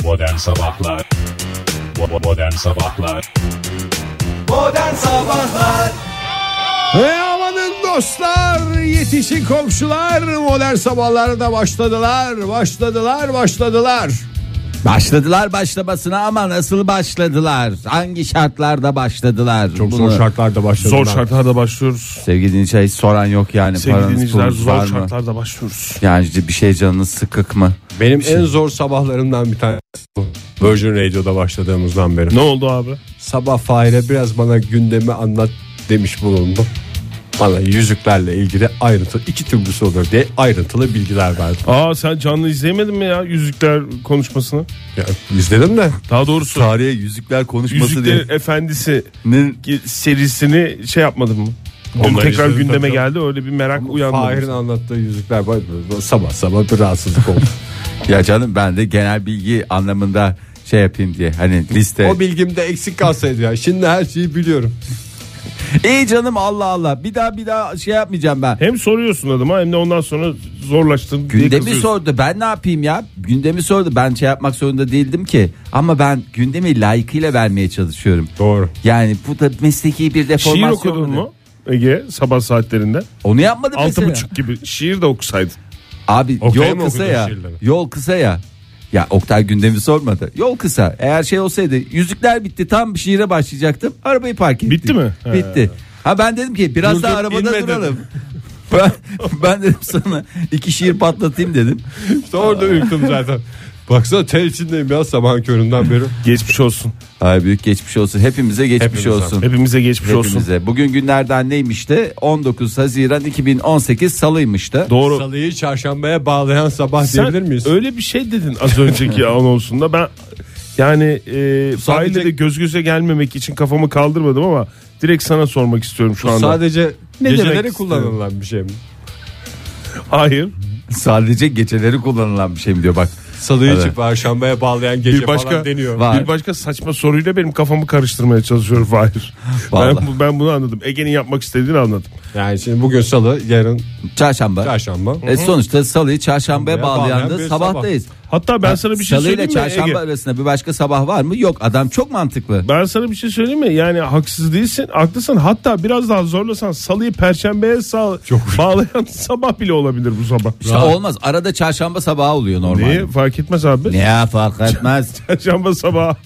Modern Sabahlar. Modern Sabahlar. Modern Sabahlar. Ve amanın dostlar, yetişin komşular, modern sabahlara da başladılar. Başladılar başlamasına ama nasıl başladılar? Hangi şartlarda başladılar? Çok zor şartlarda başladılar. Zor şartlarda başlıyoruz. Sevgili dinleyiciler, hiç soran yok yani. Sevgili Paranız, dinleyiciler, pulunuz var zor mı? şartlarda başlıyoruz. Yani bir şey, canınız sıkık mı? Benim en zor sabahlarımdan bir tanesi bu. Virgin Radio'da başladığımızdan beri. Ne oldu abi? Sabah Fahir'e biraz bana gündemi anlat demiş bulundu. Bana yüzüklerle ilgili ayrıntılı, iki türlüsü olur diye ayrıntılı bilgiler verdi. Sen canlı izlemedin mi ya Yüzükler konuşmasını? Ya, izledim de. Daha doğrusu Tarihe yüzükler konuşması Yüzükler diye. Efendisi'nin serisini şey yapmadın mı? Onları Tekrar izledim gündeme tabii. geldi, öyle bir merak uyandı. Fahir'in anlattığı yüzükler sabah bir rahatsızlık oldu. Ya canım, ben de genel bilgi anlamında şey yapayım diye. Hani liste. O bilgimde eksik kalsaydı ya. Şimdi her şeyi biliyorum. İyi canım, Allah Allah. Bir daha şey yapmayacağım ben. Hem soruyorsun adama hem de ondan sonra zorlaştın diye Gündemi kızıyorsun. sordu. Ben ne yapayım ya? Gündemi sordu. Ben şey yapmak zorunda değildim ki. Ama ben gündemi layıkıyla vermeye çalışıyorum. Doğru. Yani bu da mesleki bir Şiir deformasyon. okudun mudur? mu Ege sabah saatlerinde? Onu yapmadım mesela. 6.30 gibi şiir de okusaydın. Abi Oktay'a yol mı kısa okudun ya. şiirleri? Yol kısa ya. Ya Oktay gündemi sormadı. Yol kısa. Eğer şey olsaydı, yüzükler bitti, tam bir şiire başlayacaktım. Arabayı park ettik. Bitti mi? Bitti. Ha ben dedim ki biraz daha arabada duralım. ben dedim sana iki şiir patlatayım dedim. İşte orada ürktüm zaten. Baksana ter içindeyim ya sabahın köründen beri. Geçmiş olsun. Ay büyük geçmiş olsun. Hepimize geçmiş Hepimize. olsun. Hepimize geçmiş olsun. Hepimize. Bugün günlerden neymişti? 19 Haziran 2018 Salıymıştı. Doğru. Salıyı çarşambaya bağlayan sabah diyebilir miyiz? Sen öyle bir şey dedin az önceki anonsunda. Ben yani Fahir'le de göz göze gelmemek için kafamı kaldırmadım ama direkt sana sormak istiyorum şu anda. Sadece Ne geceleri demek kullanılan bir şey mi? Hayır. Sadece geceleri kullanılan bir şey mi diyor bak. Salıyı Evet. çarşambaya bağlayan gece Bir başka- falan deniyor. Var. Bir başka saçma soruyla benim kafamı karıştırmaya çalışıyorum Fahir. Vallahi. Ben bunu anladım. Ege'nin yapmak istediğini anladım. Yani şimdi bugün salı, yarın Çarşamba. çarşamba. Sonuçta Salıyı çarşambaya bağlayan da bir sabahtayız. Hatta ben sana bir şey Salı ile söyleyeyim mi çarşamba Ege? arasında bir başka sabah var mı? Yok, adam çok mantıklı. Ben sana bir şey söyleyeyim mi? Yani haksız değilsin, haklısın. Hatta biraz daha zorlasan salıyı perşembeye bağlayan sabah bile olabilir bu sabah. İşte olmaz. Arada çarşamba sabahı oluyor normalde. Niye? Fark etmez abi. Ne ya, fark etmez. Çarşamba sabahı.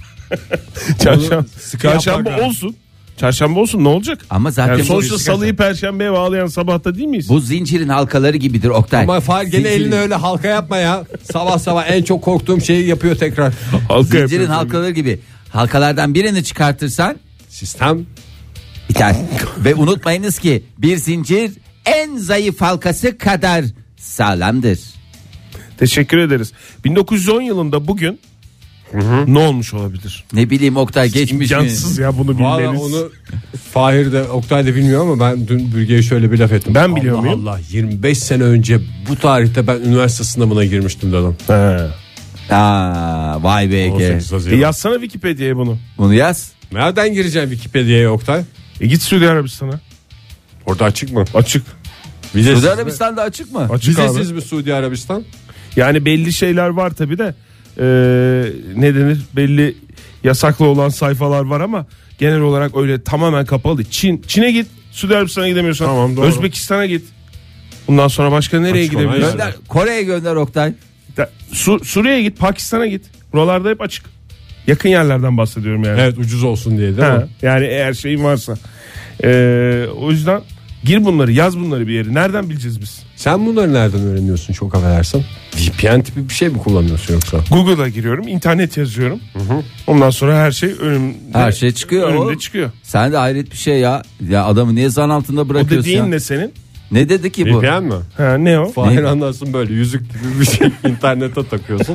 Çarşamba yapmak olsun. Çarşamba olsun, ne olacak? Ama zaten Yani bu, sonuçta salıyı perşembeye bağlayan sabahta değil miyiz? bu zincirin halkaları gibidir Oktay. Ama Fahir gene Zincirin- eline öyle halka yapma ya. Sabah en çok korktuğum şeyi yapıyor tekrar. Halka Zincirin yapıyorsun. halkaları gibi. Halkalardan birini çıkartırsan Sistem biter. Ve unutmayınız ki bir zincir en zayıf halkası kadar sağlamdır. Teşekkür ederiz. 1910 yılında bugün ne olmuş olabilir? Ne bileyim Oktay, geçmiş mi? İmkansız ya bunu valla bilmeniz. onu Fahir de Oktay da bilmiyor ama ben dün Bürge'ye şöyle bir laf ettim. Ben biliyor Allah muyum? Allah 25 sene önce bu tarihte ben üniversite sınavına girmiştim dedim. He. Aa, vay be Ege. 18 Haziran. Yazsana Wikipedia'ya bunu. Bunu yaz. Nereden gireceğim Wikipedia'ya Oktay? Git Suudi Arabistan'a. Orada açık mı? Açık. Vizesiz Suudi mi? Arabistan'da açık mı? Açık abi. Vizesiz mi Suudi Arabistan? Yani belli şeyler var tabi de ne denir, belli yasaklı olan sayfalar var ama genel olarak öyle tamamen kapalı. Çin'e git, Suudi Arabistan'a gidemiyorsan. Tamam, doğru. Özbekistan'a git. Bundan sonra başka nereye Açık olan gidebilirsin? yerler. Gönder, Kore'ye gönder Oktay. Suriye'ye git, Pakistan'a git. Buralarda hep açık. Yakın yerlerden bahsediyorum yani. Evet, ucuz olsun diye değil Ha, mi? yani eğer şeyin varsa. O yüzden gir bunları, yaz bunları bir yere. Nereden bileceğiz biz? Sen bunları nereden öğreniyorsun, çok affedersin? VPN tipi bir şey mi kullanıyorsun yoksa? Google'a giriyorum, internet yazıyorum. Ondan sonra her şey önümde. Her şey çıkıyor. Önümde çıkıyor. Sen de hayret bir şey ya. Ya adamı niye zan altında O bırakıyorsun dediğin ya? ne senin? Ne dedi ki bu? VPN mi? Ha, ne o? Fahir anlarsın, böyle yüzük gibi bir şey internete takıyorsun.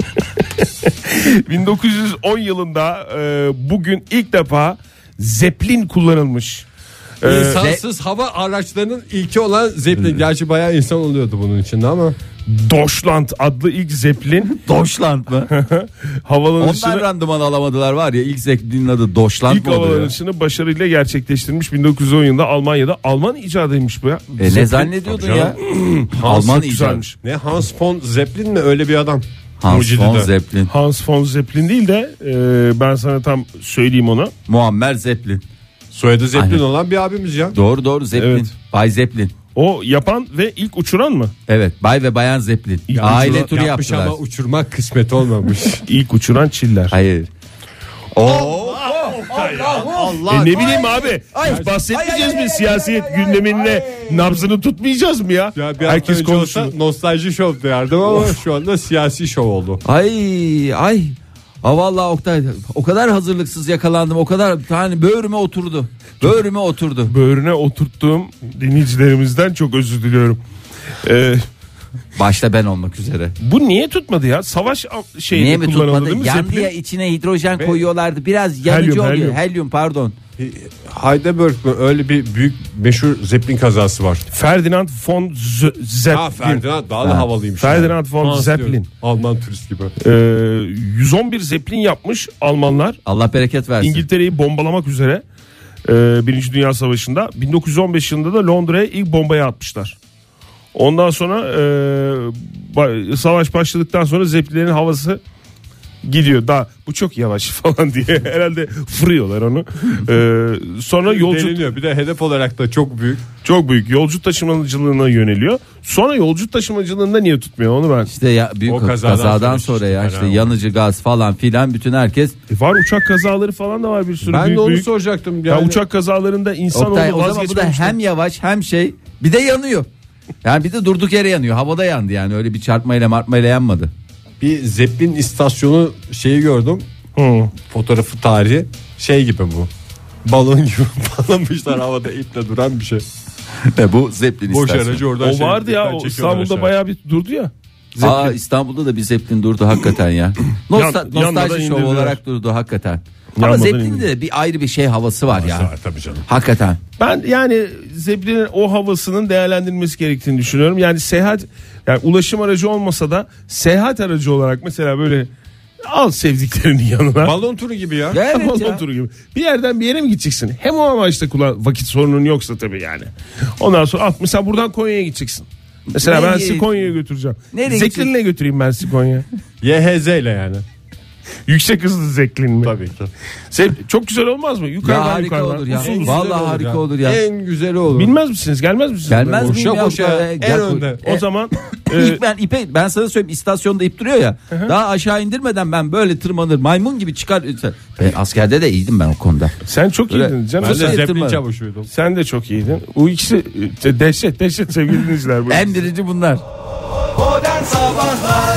1910 yılında bugün ilk defa Zeppelin kullanılmış. İnsansız hava araçlarının ilki olan Zeppelin. Gerçi bayağı insan oluyordu bunun içinde ama. Deutschland adlı ilk Zeppelin Deutschland mı? Ondan havalanışını randıman alamadılar var ya, ilk Zeppelin adı Deutschland ilk mı oluyor? havalanışını başarıyla gerçekleştirmiş 1910 yılında Almanya'da. Alman icadıymış bu ya. Ne zannediyordun ya? Alman Alman güzelmiş. Ne, Hans von Zeppelin mi, öyle bir adam? Hans von Zeppelin. Hans von Zeppelin değil de ben sana tam söyleyeyim onu. Muammer Zeppelin. Soyadı Zeppelin Aynen. olan bir abimiz ya. Doğru Zeppelin. Evet. Bay Zeppelin. O yapan ve ilk uçuran mı? Evet, Bay ve Bayan Zeppelin. Aile turu Yapmış yaptılar. ama uçurmak kısmet olmamış. İlk uçuran Çiller. Hayır. Ne bileyim abi. Hiç bahsetmeyeceğiz mi siyaset gündeminde nabzını tutmayacağız mı ya? Ya bir Herkes Herkes konuşsa konuşsun. nostalji şov derdim ama şu anda siyasi şov oldu. Ay. Ha vallahi Oktay, o kadar hazırlıksız yakalandım. O kadar hani böğrüme oturdu. Böğrüne oturttuğum dinleyicilerimizden çok özür diliyorum. Başta ben olmak üzere. Bu niye tutmadı ya? Savaş şeyinde Niye mi kullanıldı tutmadı? değil mi? Yandı Zeppelin? ya, içine hidrojen koyuyorlardı. Biraz yanıcı Helyum, oluyor. helyum. Helyum pardon. Heidelberg mi? Öyle bir büyük meşhur Zeppelin kazası var. Ferdinand von Zeppelin. Ha Ferdinand daha da havalıymış. Ferdinand von Hans Zeppelin. diyorum. Alman turist gibi. 111 Zeppelin yapmış Almanlar. Allah bereket versin. İngiltere'yi bombalamak üzere Birinci Dünya Savaşı'nda. 1915 yılında da Londra'ya ilk bombayı atmışlar. Ondan sonra savaş başladıktan sonra Zeppelin'in havası gidiyor. Daha bu çok yavaş falan diye herhalde fırıyorlar onu. Sonra yolcu Deliniyor. Bir de hedef olarak da çok büyük. çok büyük yolcu taşımacılığına yöneliyor. Sonra yolcu taşımacılığında niye tutmuyor onu ben. İşte ya büyük O kazadan sonra ya işte işte fena yanıcı gaz falan filan bütün herkes. Var uçak kazaları falan da var bir sürü Ben büyük de onu büyük. soracaktım. Ya Yani uçak kazalarında insanoğlu Oktay, o zaman bu da vazgeçmemişler. hem yavaş hem şey bir de yanıyor. Yani bir de durduk yere yanıyor. Havada yandı yani, öyle bir çarpmayla martmayla yanmadı. bir Zeppelin istasyonu şeyi gördüm. Fotoğrafı tarihi şey gibi bu. Balon gibi bağlamışlar havada iple duran bir şey. Bu Zeppelin Boş istasyonu. aracı oradan O vardı ya, o çekiyorlar İstanbul'da aşağı. bayağı bir durdu ya. Aa, İstanbul'da da bir Zeppelin durdu hakikaten ya. yanmadan Nostalji şov indirdiler. olarak durdu hakikaten. Ama Yanmadan Zeppelin'de indirdiler. de bir ayrı bir şey havası var ya. Var tabii canım. Hakikaten. Ben yani Zeppelin'in o havasının değerlendirilmesi gerektiğini düşünüyorum. Yani seyahat, yani ulaşım aracı olmasa da seyahat aracı olarak mesela böyle al sevdiklerinin yanına. Balon turu gibi ya. Ya evet Balon ya. turu gibi. Bir yerden bir yere mi gideceksin? Hem o amaçla vakit sorunun yoksa tabii yani. Ondan sonra mesela buradan Konya'ya gideceksin. Mesela ben Nereye- sizi Konya'ya götüreceğim. Nereye Zeppelin'e götüreyim ben sizi Konya'ya. YHZ ile yani. Yüksek hızlı Zeppelin mi? Tabii ki. Çok güzel olmaz mı? Ya Yukarıdan harika yukarıdan. olur ya. Usul usul. Vallahi harika olur ya. En güzeli olur. Bilmez misiniz? Gelmez misiniz? Gelmez Boşa miyim ya? boşa, Ya, en önde. O zaman Ben sana söyleyeyim, istasyonda ip duruyor ya. Daha aşağı indirmeden ben böyle tırmanır, maymun gibi çıkar. Askerde de iyiydim ben o konuda. sen çok Öyle. iyiydin canım. Ben de Nasıl Zeppelin ettim çavuşuydum. Sen de çok iyiydin. O ikisi dehşet sevgili dinleyiciler. Bu. En birinci bunlar. Modern Sabahlar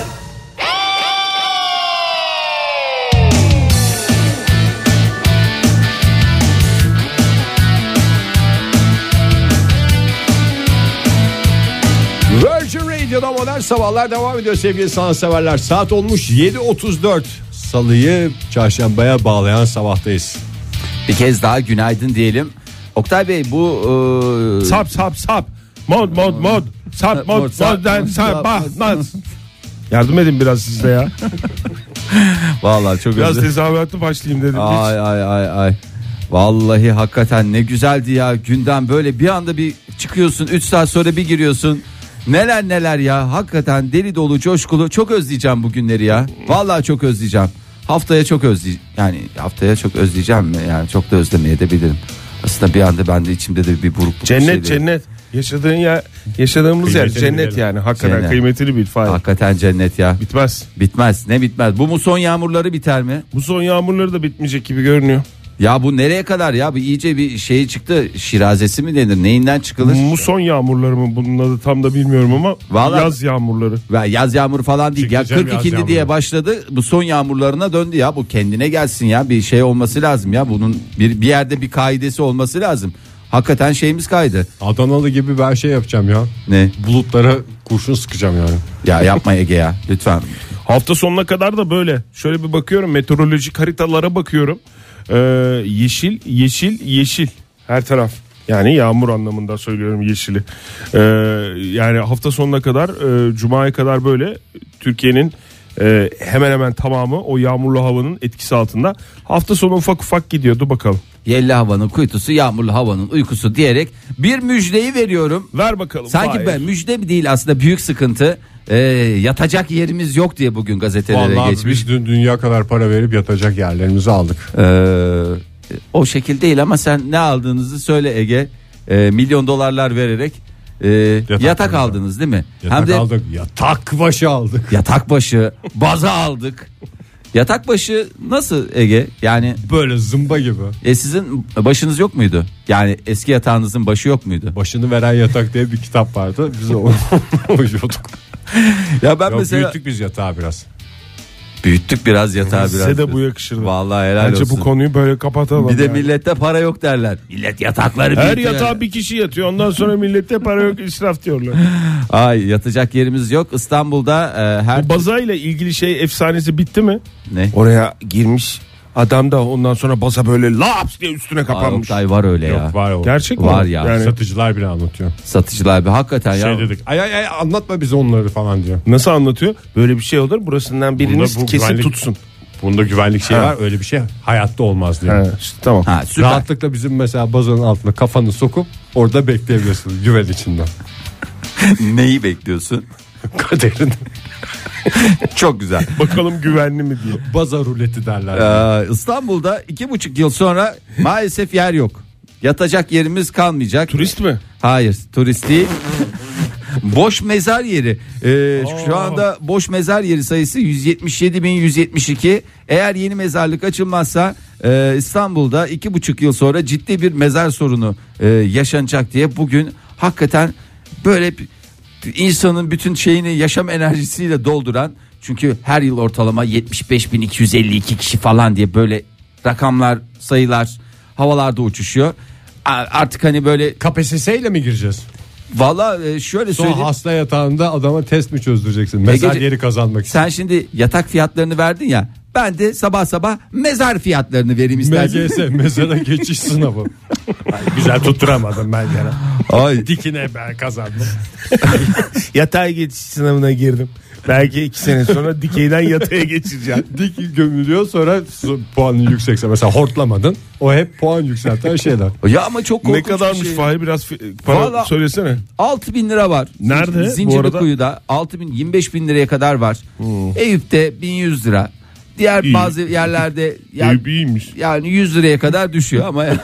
Virgin Radio'da Modern Sabahlar devam ediyor sevgili sanatseverler. Saat olmuş 7.34. Salıyı çarşambaya bağlayan sabahtayız. Bir kez daha günaydın diyelim. Oktay Bey bu Sap. Mod. Sap mod. Modern sabah. Yardım edin biraz siz de ya. vallahi çok Biraz özür. tezahüratlı başlayayım dedim. Ay. Vallahi hakikaten ne güzeldi ya. Günden böyle bir anda bir çıkıyorsun, 3 saat sonra bir giriyorsun. Neler ya. Hakikaten deli dolu, coşkulu. Çok özleyeceğim bu günleri ya. Vallahi çok özleyeceğim. Haftaya çok özleyeceğim mi? Yani çok da özlemeye de bilirim. Aslında bir anda ben de içimde de bir burukluk. bir şey değil. Cennet. Yaşadığın yer, yaşadığımız yer Kıymetini cennet bilelim. yani. Hakikaten Cennet. kıymetini bil. Fahir. Hakikaten cennet ya. Bitmez. Bitmez. Ne bitmez? Bu muson yağmurları biter mi? Bu son yağmurları da bitmeyecek gibi görünüyor. Ya bu nereye kadar ya? Bu iyice bir şey çıktı. Şirazesi mi denir? Neyinden çıkılır? Muson yağmurları mı bunun adı tam da bilmiyorum ama Vallahi- yaz yağmurları. Ve yaz yağmuru falan değil. Ya Çıkacağım yaz 42'indi yağmuru. diye başladı. Bu son yağmurlarına döndü ya. Bu kendine gelsin ya. Bir şey olması lazım ya. Bunun bir yerde bir kaidesi olması lazım. Hakikaten şeyimiz kaydı. Adanalı gibi ben şey yapacağım ya. Ne? Bulutlara kurşun sıkacağım yani. Ya yapma Ege ya. Lütfen. Hafta sonuna kadar da böyle. Şöyle bir bakıyorum, meteorolojik haritalara bakıyorum. Yeşil her taraf. Yani yağmur anlamında söylüyorum yeşili. Yani hafta sonuna kadar Cuma'ya kadar böyle Türkiye'nin hemen hemen tamamı o yağmurlu havanın etkisi altında. Hafta sonu ufak gidiyordu bakalım. Yelli havanın kuytusu, yağmurlu havanın uykusu diyerek bir müjdeyi veriyorum. Ver bakalım. Sanki Fahir. ben müjde değil aslında, büyük sıkıntı. yatacak yerimiz yok diye bugün gazetelere Vallahi geçmiş. biz dün dünya kadar para verip yatacak yerlerimizi aldık. O şekil değil ama sen ne aldığınızı söyle Ege. Milyon dolarlar vererek yatak aldınız değil mi? Yatak Hem de aldık, yatak başı aldık. yatak başı, baza aldık. Yatak başı nasıl Ege? Yani Böyle zımba gibi. sizin başınız yok muydu? Yani eski yatağınızın başı yok muydu? Başını veren yatak diye bir kitap vardı. Biz onu uyuyorduk. Ya ben Yok, mesela büyüttük biz yatağı biraz. büyüttük biraz yatağı biraz. Size de bu yakışırdı. Vallahi helal Bence olsun. bu konuyu böyle kapatalım. Bir de yani. millette para yok derler. Millet yatakları Her büyütüyor. yatağa bir kişi yatıyor. Ondan sonra millette para yok, israf diyorlar. Ay yatacak yerimiz yok. İstanbul'da her Bu bazayla ilgili şey efsanesi bitti mi? ne? Oraya girmiş adam da ondan sonra baza böyle laps diye üstüne kapanmış. Oktay var öyle ya. Yok var o. Gerçek mi? Var ya. Yani Satıcılar bile anlatıyor. Satıcılar bir hakikaten ya. Şey dedik. Ay anlatma bize onları falan diyor. nasıl anlatıyor? Böyle bir şey olur. Burasından biriniz Bunda bu kesin güvenlik- tutsun. Bunda güvenlik şey Ha. var. Öyle bir şey hayatta olmaz diyor. He, işte tamam. Ha, süper. Rahatlıkla bizim mesela bazanın altına kafanı sokup orada bekleyebiliyorsun güven içinden. Neyi bekliyorsun? Kaderin Çok güzel. Bakalım güvenli mi diye. baza ruleti derler. İstanbul'da 2,5 yıl sonra maalesef yer yok. Yatacak yerimiz kalmayacak. Turist mi? Hayır, turist değil. Boş mezar yeri. Şu anda boş mezar yeri sayısı 177.172. Eğer yeni mezarlık açılmazsa İstanbul'da 2,5 yıl sonra ciddi bir mezar sorunu yaşanacak diye bugün hakikaten böyle insanın bütün şeyini yaşam enerjisiyle dolduran, çünkü her yıl ortalama 75.252 kişi falan diye böyle rakamlar, sayılar havalarda uçuşuyor. Artık hani böyle KPSS ile mi gireceğiz? valla şöyle Son söyleyeyim. hasta yatağında adama test mi çözdüreceksin? Mezar Gece- yeri kazanmak için. Sen şimdi yatak fiyatlarını verdin ya. Ben de sabah sabah mezar fiyatlarını vereyim istersen. MGS mezara geçiş sınavı. Güzel tutturamadım ben gene. Ay. Dikine ben kazandım. Yatay geçiş sınavına girdim. Belki 2 sene sonra dikeyden yataya geçeceğim. Dik gömülüyor sonra puanın yüksekse mesela hortlamadın. O hep puan yükselten şeyler. Ya ama çok Ne korkunç kadarmış bir şey. Fahir, biraz para Vallahi- söylesene. 6.000 lira var. Nerede bu Zincirlikuyu'da 6.000 25.000 liraya kadar var. Eyüp'te 1100 lira. Diğer İyi. bazı yerlerde Eyüp iyiymiş. yani 100 liraya kadar düşüyor ama ya.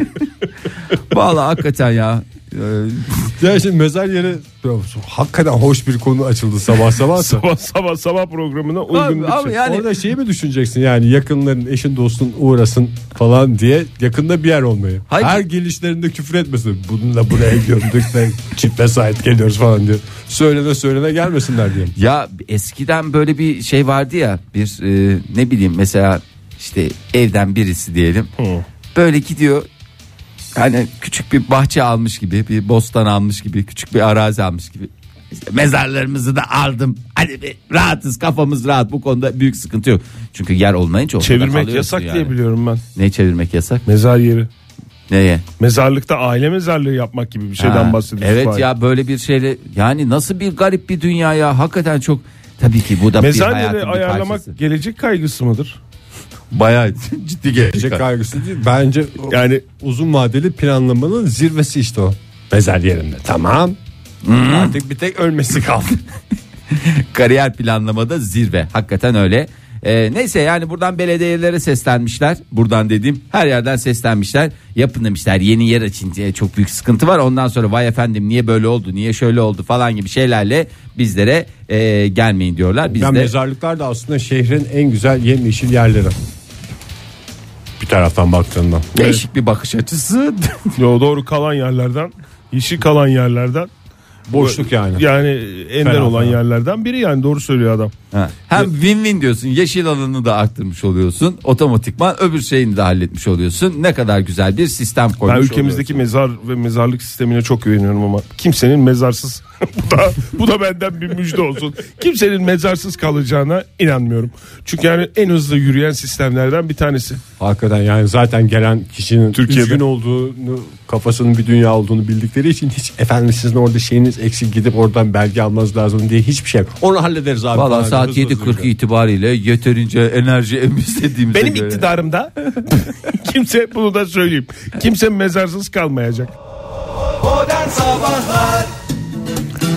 Vallahi hakikaten ya. Ya şimdi mezar yeri hakikaten hoş bir konu açıldı sabah sabah. Sabah programına uygun bir Abi şey. yani Orada şeyi mi düşüneceksin yani yakınların eşin dostun uğrasın falan diye yakında bir yer olmayı. Hayır. Her gelişlerinde küfür etmesin. Bununla buraya gömdük de çift vesayet geliyoruz falan diyor. Söylene gelmesinler diye. ya eskiden böyle bir şey vardı ya, bir ne bileyim mesela işte evden birisi diyelim. Böyle gidiyor. Hani küçük bir bahçe almış gibi, bir bostan almış gibi, küçük bir arazi almış gibi. İşte mezarlarımızı da aldım. Hadi bir rahatız, kafamız rahat, bu konuda büyük sıkıntı yok. Çünkü yer olmayınca ortada Çevirmek kalıyorsun yasak yani. diye biliyorum ben. Ne çevirmek yasak? Mezar yeri. Neye? Mezarlıkta aile mezarlığı yapmak gibi bir şeyden Ha, bahsediyorsun. evet Fahir. ya, böyle bir şeyle yani nasıl bir garip bir dünya ya, hakikaten çok, tabii ki bu da bir Mezar hayatın yeri bir ayarlamak parçası. gelecek kaygısı mıdır? Bayağı ciddi Gelecek kaygısı değil. Bence Yani uzun vadeli planlamanın zirvesi işte o. Mezar yerinde. Tamam. Artık bir tek ölmesi kaldı. Kariyer planlamada zirve, hakikaten öyle. Neyse yani buradan belediyelere seslenmişler. Buradan dediğim her yerden seslenmişler. Yapın demişler, yeni yer açınca çok büyük sıkıntı var. Ondan sonra vay efendim niye böyle oldu, niye şöyle oldu falan gibi şeylerle bizlere gelmeyin diyorlar. Biz Yani de mezarlıklar da aslında şehrin en güzel yemyeşil yerleri. Bir taraftan baktığında. değişik bir bakış açısı. yo, doğru kalan yerlerden, yeşil kalan yerlerden, Boşluk yani. yani ender Fena, olan fena. yerlerden biri, yani doğru söylüyor adam. Ha, hem win-win diyorsun, yeşil alanını da arttırmış oluyorsun, otomatikman öbür şeyini de halletmiş oluyorsun. Ne kadar güzel bir sistem koymuş Ben ülkemizdeki mezar ve mezarlık sistemine çok güveniyorum ama kimsenin mezarsız bu da benden bir müjde olsun. Kimsenin mezarsız kalacağına inanmıyorum. Çünkü yani en hızlı yürüyen sistemlerden bir tanesi. Hakikaten yani zaten gelen kişinin Türkiye'de. üzgün olduğunu, kafasının bir dünya olduğunu bildikleri için hiç efendim sizin orada şeyiniz eksik, gidip oradan belge almanız lazım diye hiçbir şey yok. Onu hallederiz abi. Valla falan. saat Hızlı hızlı 7.40 yürüyor. itibariyle yeterince enerji istediğimize Benim göre. iktidarımda kimse, bunu da söyleyeyim, kimse mezarsız kalmayacak. Modern Sabahlar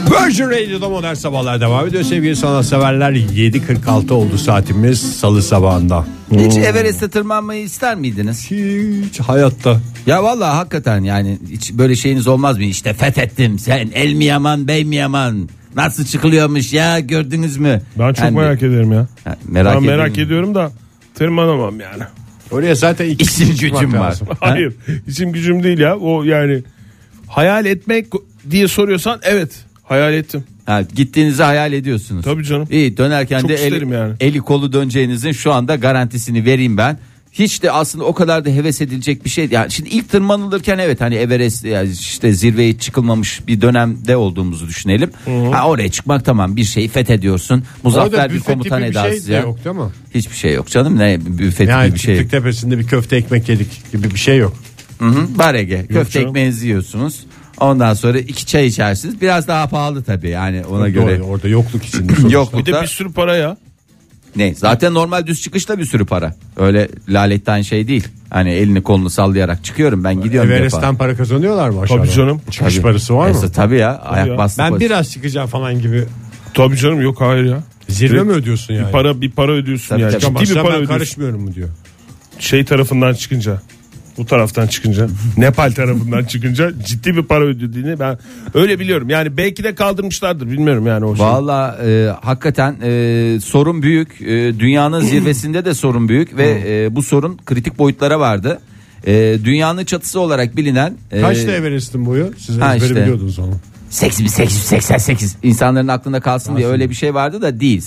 Virgin Radio'da Modern Sabahlar devam ediyor sevgili sanatseverler. 7.46 oldu saatimiz salı sabahında. Hiç Everest'e tırmanmayı ister miydiniz? Hiç hayatta. Ya vallahi hakikaten yani hiç böyle şeyiniz olmaz mı? İşte fethettim, sen el mi yaman bey mi yaman, nasıl çıkılıyormuş ya, gördünüz mü? Ben çok Yani- merak ederim ya. Ha, Ben merak ediyorum da tırmanamam yani. Oraya zaten iki İşim kişi çıkmak gücüm var. lazım. Hayır, işim gücüm değil ya. O yani hayal etmek diye soruyorsan evet, hayal ettim. Ha, gittiğinizi hayal ediyorsunuz. Tabii canım. İyi, dönerken Çok de isterim yani. eli kolu döneceğinizin şu anda garantisini vereyim ben. Hiç de aslında o kadar da heves edilecek bir şey. Yani şimdi ilk tırmanılırken evet hani Everest yani işte zirveye çıkılmamış bir dönemde olduğumuzu düşünelim. Ha, oraya çıkmak tamam, bir şeyi fethediyorsun. Muzaffer Orada bir büfe komutan tipi bir edası şey de ya. yok değil mi? Hiçbir şey yok canım, ne büfe Yani gibi bir şey. çıktık tepesinde bir köfte ekmek yedik gibi bir şey yok. Var Ege, köfte canım. ekmeğinizi yiyorsunuz. Ondan sonra 2 çay içersiniz. Biraz daha pahalı tabii yani ona göre. Doğru, orada yokluk içinde. sonuçta. Yok Bir de bir sürü para ya. Ne? Zaten normal düz çıkışta bir sürü para. Öyle laletten şey değil. Hani elini kolunu sallayarak çıkıyorum, ben gidiyorum. Everest'ten para kazanıyorlar mı aşağıda? Tabii canım. Çıkış Tabii. parası var mı? Tabii ya, ayak ya. bastı. Ben parası. biraz çıkacağım falan gibi. Tabii canım, yok hayır ya. Zirve mi ödüyorsun yani? Bir para ödüyorsun Tabii, yani. tabii. Ciddi bir Başta para ben ödüyorsun. karışmıyorum mu diyor. Şey tarafından çıkınca, bu taraftan çıkınca, Nepal tarafından çıkınca ciddi bir para ödediğini ben öyle biliyorum. Yani belki de kaldırmışlardır, bilmiyorum yani o şey. Valla hakikaten sorun büyük. Dünyanın zirvesinde de sorun büyük ve bu sorun kritik boyutlara vardı. Dünyanın çatısı olarak bilinen Kaçta Everest'in boyu? Siz ha ezbere işte. biliyordunuz onu. 8888, insanların aklında kalsın diye öyle bir şey vardı da değil.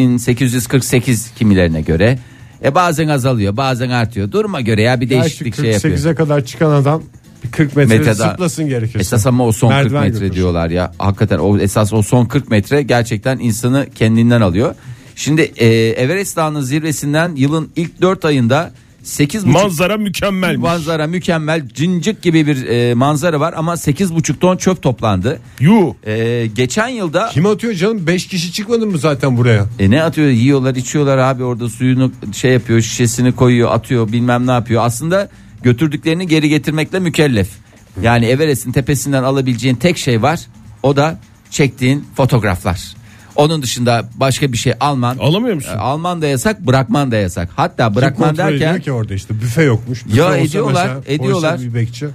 8848 kimilerine göre. Bazen azalıyor, bazen artıyor. Duruma göre ya, bir Gerçi değişiklik şey yapıyor. 48'e kadar çıkan adam bir 40 metre Metre daha- zıplasın gerekirse. Esas ama o son 40 Merdiven metre götürsün. diyorlar ya. Hakikaten o esas o son 40 metre gerçekten insanı kendinden alıyor. Şimdi Everest Dağı'nın zirvesinden yılın ilk 4 ayında 8,5 Manzara mükemmel. manzara mükemmel, cincik gibi bir manzara var ama 8,5 ton çöp toplandı. Yuh. Geçen yılda Kim atıyor canım? 5 kişi çıkmadı mı zaten buraya? ne atıyor, yiyorlar içiyorlar abi, orada suyunu şey yapıyor, şişesini koyuyor, atıyor, bilmem ne yapıyor. Aslında götürdüklerini geri getirmekle mükellef. Yani Everest'in tepesinden alabileceğin tek şey var, o da çektiğin fotoğraflar. Onun dışında başka bir şey alman. Alamıyor musun? Alman da yasak, bırakman da yasak. Hatta Kim bırakman kontrol ediyor derken ki orada işte büfe yokmuş. Büfe Ya olsa ediyorlar, mesela, ediyorlar. koysa bir bekçi.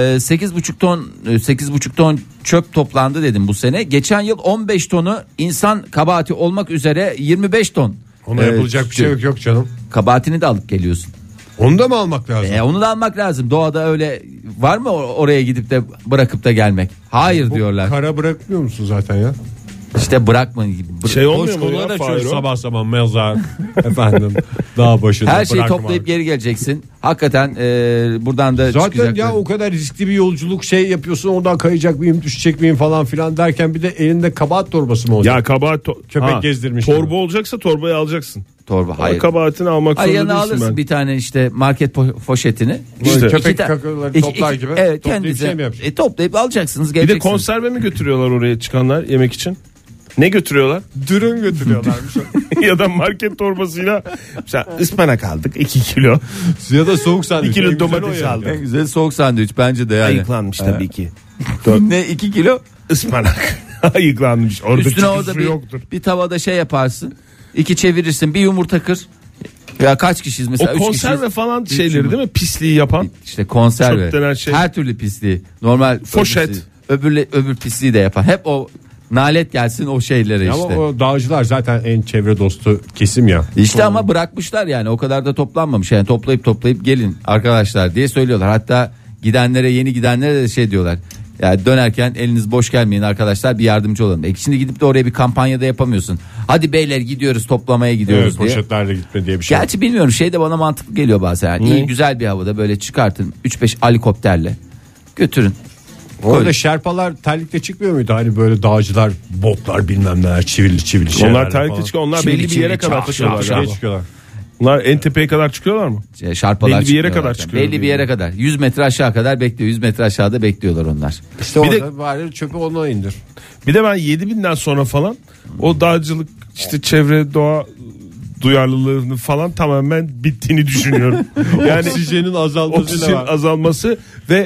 8,5 ton çöp toplandı dedim bu sene. Geçen yıl 15 tonu insan kabahati olmak üzere 25 ton. Ona yapılacak bir şey yok canım. Kabahatini de alıp geliyorsun. Onu da mı almak lazım? Onu da almak lazım. Doğada öyle var mı oraya gidip de bırakıp da gelmek? Hayır Bu diyorlar. Kara bırakmıyor musun zaten ya? İşte bırakma. Şey olmuyor Boş mu ya konular açıyoruz Fahir o? sabah sabah mezar efendim dağ başında Her şeyi bırakma. toplayıp geri geleceksin. Hakikaten buradan da Zaten çıkacaklar. ya o kadar riskli bir yolculuk şey yapıyorsun, oradan kayacak mıyım düşecek miyim falan filan derken bir de elinde kabahat torbası mı olacak? Ya kabahat Köpek gezdirmiş Torba gibi. olacaksa torbayı alacaksın. Torba Ama hayır. kabahatini almak Hayır, zorunda yanına değilsin alırsın ben. bir tane işte market poşetini. Böyle İşte. köpek İki ta- kakaları toplar gibi Evet, toplayıp kendinize şey mi yapacaksın? toplayıp alacaksınız, Bir de geleceksiniz. konserve mi götürüyorlar oraya çıkanlar yemek için? Ne götürüyorlar? Dürüm götürüyorlarmış. Ya da market torbasıyla mesela ıspanak aldık 2 kilo. Ya da soğuk sandviç. 2 En kilo güzel domates o yani. aldık. En güzel soğuk sandviç bence de yani. Ayıklanmış tabii ki. Ne 2 kilo? Ispanak. Ayıklanmış. Orada Üstüne çıkı orada su bir, yoktur. bir tavada şey yaparsın. 2 çevirirsin, bir yumurta kır. Ya kaç kişiyiz mesela? O 3 konserve kişiyiz. falan Üç şeyleri yumurta. değil mi? Pisliği yapan. İşte konserve. Çöp denen şey. Her türlü pisliği. Normal Poşet. öbür pisliği de yapan. Hep o nalet gelsin o şeylere Ama işte. o dağcılar zaten en çevre dostu kesim ya. İşte ama bırakmışlar yani, o kadar da toplanmamış. Yani toplayıp gelin arkadaşlar diye söylüyorlar. Hatta yeni gidenlere de şey diyorlar. Yani dönerken eliniz boş gelmeyin arkadaşlar, bir yardımcı olalım. Şimdi gidip de oraya bir kampanyada yapamıyorsun. Hadi beyler gidiyoruz, toplamaya gidiyoruz Evet, diye. poşetlerle gitme diye bir şey. Gerçi bilmiyorum, şey de bana mantıklı geliyor bazen. Yani iyi güzel bir havada böyle çıkartın 3-5 helikopterle götürün. Orada Koy. şerpalar terlikle çıkmıyor muydu? Hani böyle dağcılar, botlar bilmem neler, çivilli şeyler. Onlar terlikle çıkıyor. Onlar Çivili belli bir çivili yere kadar çak, çıkıyorlar. çak, galiba. çıkıyorlar. Bunlar en tepeye kadar çıkıyorlar mı? Şarpalar Belli bir yere çıkmıyorlar kadar zaten. çıkıyor Belli bir yere kadar. 100 metre aşağı kadar bekliyor. 100 metre aşağıda bekliyorlar onlar. İşte Bir orada bari çöpü ona indir. Bir de ben 7000'den sonra falan o dağcılık işte çevre doğa duyarlılığını falan tamamen bittiğini düşünüyorum. Yani Oksijenin azalmasıyla oksijen azalması ve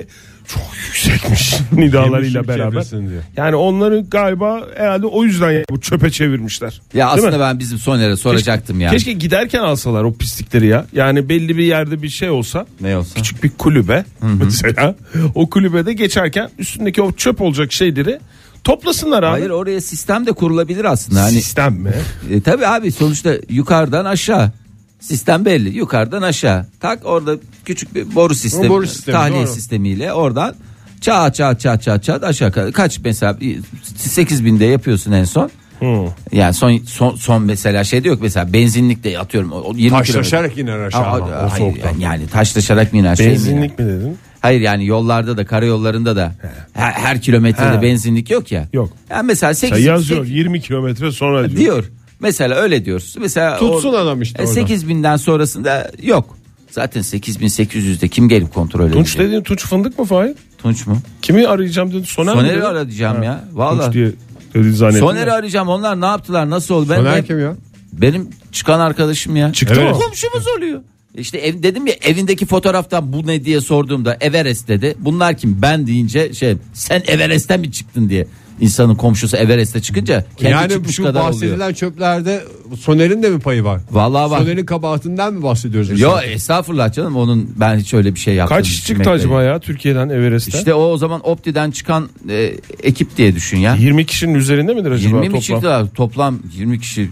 çok yüksekmiş nidalarıyla beraber. çevresin diye. Yani onları galiba herhalde o yüzden bu çöpe çevirmişler. Ya Değil aslında mi? ben bizim Soner'e soracaktım ya. Keşke giderken alsalar o pislikleri ya. Yani belli bir yerde bir şey olsa. Ne olsa? Küçük bir kulübe mesela. O kulübede geçerken üstündeki o çöp olacak şeyleri toplasınlar abi. Hayır, oraya sistem de kurulabilir aslında. Hani Sistem mi? tabii abi, sonuçta yukarıdan aşağı. Sistem belli. Yukarıdan aşağı. Tak, orada küçük bir boru sistemi. boru sistemi, tahliye doğru. sistemiyle oradan çat aşağı kadar. Kaç mesela 8.000'de yapıyorsun en son. Yani son mesela şey de yok, mesela benzinlikte atıyorum o 20 Taşlaşarak iner aşağı ama, o Hayır, soğuktan. yani taşlaşarak mı iner? Şey mi iner? Benzinlik mi dedin? Hayır, yani yollarda da, karayollarında da her kilometrede He. benzinlik yok ya. Yok. Yani mesela 8 Yazıyor 20 kilometre sonra diyor. diyor. Mesela öyle diyoruz. Mesela Tutsun adam işte orada. 8.000'den sonrasında yok. Zaten 8.800'de kim gelip kontrol edecek? Tunç dediğin Tunç Fındık mı Fahir? Tunç mu? Kimi arayacağım dedi? Soner mi Soner'i dedi? arayacağım ya. Vallahi. Tunç diye dedi zannettim. Soner'i arayacağım. Onlar ne yaptılar? Nasıl oldu? Soner kim ya? Benim çıkan arkadaşım ya. Çıktı Evet. mı? Komşumuz oluyor. İşte dedim ya, evindeki fotoğraftan bu ne diye sorduğumda Everest dedi. Bunlar kim? Ben deyince sen Everest'ten mi çıktın diye. İnsanın komşusu Everest'e çıkınca kendi Yani çıkmış şu kadar bahsedilen oluyor. çöplerde Soner'in de mi payı var? Vallahi bak. Soner'in kabahatinden mi bahsediyoruz? biz? Yo, estağfurullah canım, onun ben hiç öyle bir şey yaptım. Kaç kişi çıktı acaba ya Türkiye'den Everest'ten? İşte o zaman Opti'den çıkan ekip diye düşün ya. 20 kişinin üzerinde midir acaba 20 mi toplam? çıktılar? Toplam 20 kişi.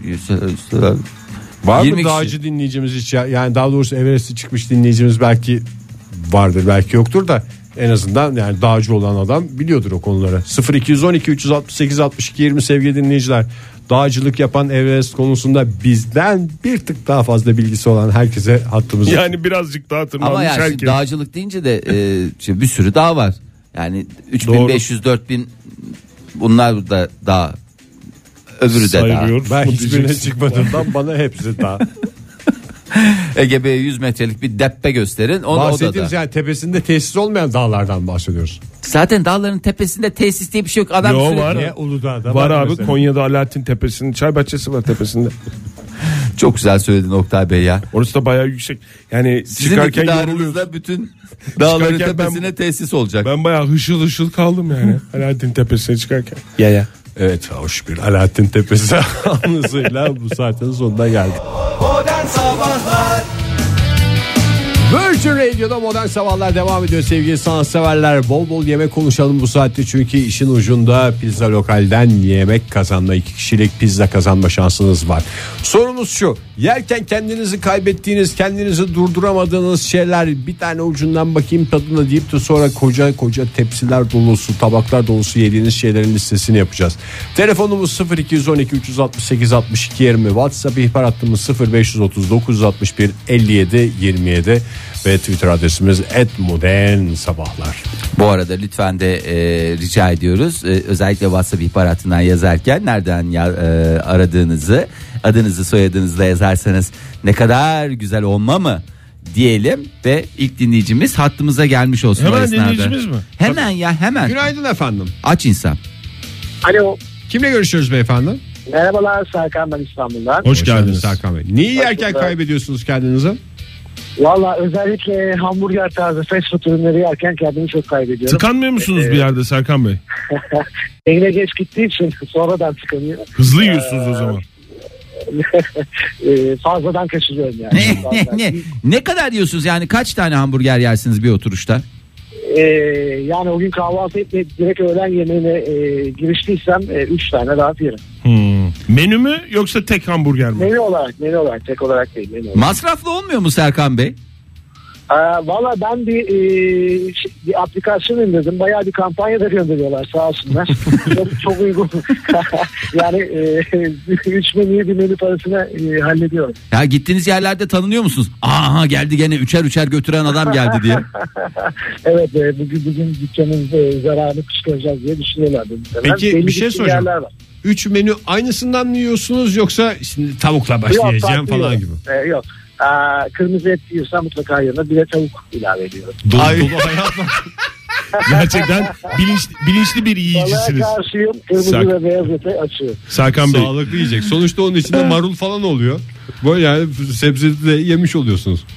Var 20 mı dağcı dinleyicimiz hiç ya? Yani daha doğrusu Everest'e çıkmış dinleyicimiz belki vardır, belki yoktur da en azından yani dağcı olan adam biliyordur o konuları. 0212 368 62 20 sevgili dinleyiciler. Dağcılık yapan Everest konusunda bizden bir tık daha fazla bilgisi olan herkese hattımızı. Yani birazcık daha Ama tırmanmış yani herkes. dağcılık deyince de bir sürü dağ var. Yani 3500-4000 bunlar da dağ. Öbürü de dağ. Sayılıyor. Ben Bu hiçbirine diyeceksin. çıkmadığımdan bana hepsi daha. Ege Bey'e 100 metrelik bir deppe gösterin. O da Bahsettiğimiz yani tepesinde tesis olmayan dağlardan bahsediyoruz. Zaten dağların tepesinde tesis diye bir şey yok. Adam Yo, sürekli- var. Niye? Uludağ'da Var abi, mesela. Konya'da Alaaddin Tepesi'nin çay bahçesi var tepesinde. Çok güzel söyledin Oktay Bey ya. Orası da bayağı yüksek. Yani Sizin çıkarken yoruluyorsun. iktidarınızda bütün dağların Çıkarken ben- tepesine tesis olacak. Ben bayağı hışıl hışıl kaldım yani. Alaaddin Tepesi'ne çıkarken. Ya. Evet, hoş bir Alaaddin Tepesi anısıyla bu saatin sonuna geldik. Modern Sabahlar Virgin Radio'da Modern Sabahlar devam ediyor sevgili sanatseverler. Bol bol yemek konuşalım bu saatte, çünkü işin ucunda pizza lokalden yemek kazanma, 2 kişilik pizza kazanma şansınız var. Sorumuz şu: yerken kendinizi kaybettiğiniz, kendinizi durduramadığınız şeyler, bir tane ucundan bakayım tadına deyip de sonra koca koca tepsiler dolusu, tabaklar dolusu yediğiniz şeylerin listesini yapacağız. Telefonumuz 0212 368 62 20, WhatsApp ihbar hattımız 0530 961 57 27 ve Twitter adresimiz @modernsabahlar. Bu arada lütfen de rica ediyoruz. Özellikle WhatsApp ihbaratından yazarken nereden aradığınızı, adınızı soyadınızı da yazarsanız ne kadar güzel olma mı diyelim ve ilk dinleyicimiz hattımıza gelmiş olsun. Hemen o esnada. dinleyicimiz mi? Hemen ya, hemen. Günaydın efendim. Aç insan. Alo. Kimle görüşüyoruz beyefendi? Merhabalar, Serkan ben İstanbul'dan. Hoş geldiniz. Serkan Bey. Neyi yerken bulduk. kaybediyorsunuz kendinizi? Valla özellikle hamburger tarzı fast food ürünleri yerken kendimi çok kaybediyorum. Tıkanmıyor musunuz bir yerde Serkan Bey? Evine geç gittiği için sonradan tıkanıyor. Hızlı yiyorsunuz o zaman. Fazladan kaçırıyorum yani. Ne kadar yiyorsunuz yani, kaç tane hamburger yersiniz bir oturuşta? Yani o gün kahvaltı edip direkt öğlen yemeğine giriştiysem 3 tane rahat yerim. Menü mü yoksa tek hamburger mi? Menü olarak tek olarak değil. Menü olarak. Masraflı olmuyor mu Serkan Bey? Valla ben bir aplikasyon indirdim. Bayağı bir kampanya da gönderiyorlar sağ olsunlar. çok uygun. Yani 3 menüyü bir menü parasına hallediyorum. Ya gittiğiniz yerlerde tanınıyor musunuz? Aha geldi gene üçer götüren adam geldi diye. Evet, bugün dükkanın zararını çıkaracağız diye düşünüyorlardı. Peki, Belli bir şey gittiği soracağım. yerler var. 3 menü aynısından mı yiyorsunuz, yoksa şimdi tavukla Yok, başlayacağım farklı falan yiyorum. gibi? Yok. Kırmızı et yiyorsan mutlaka yanına bir de tavuk ilave ediyorum. Dolu hayat var. Gerçekten bilinçli bir Balığa yiyicisiniz. karşıyım. Kırmızı Serkan. ve beyaz ete açıyorum. Serkan Bey. Sağlıklı yiyecek. Sonuçta onun içinde marul falan oluyor. Böyle yani sebze de yemiş oluyorsunuz.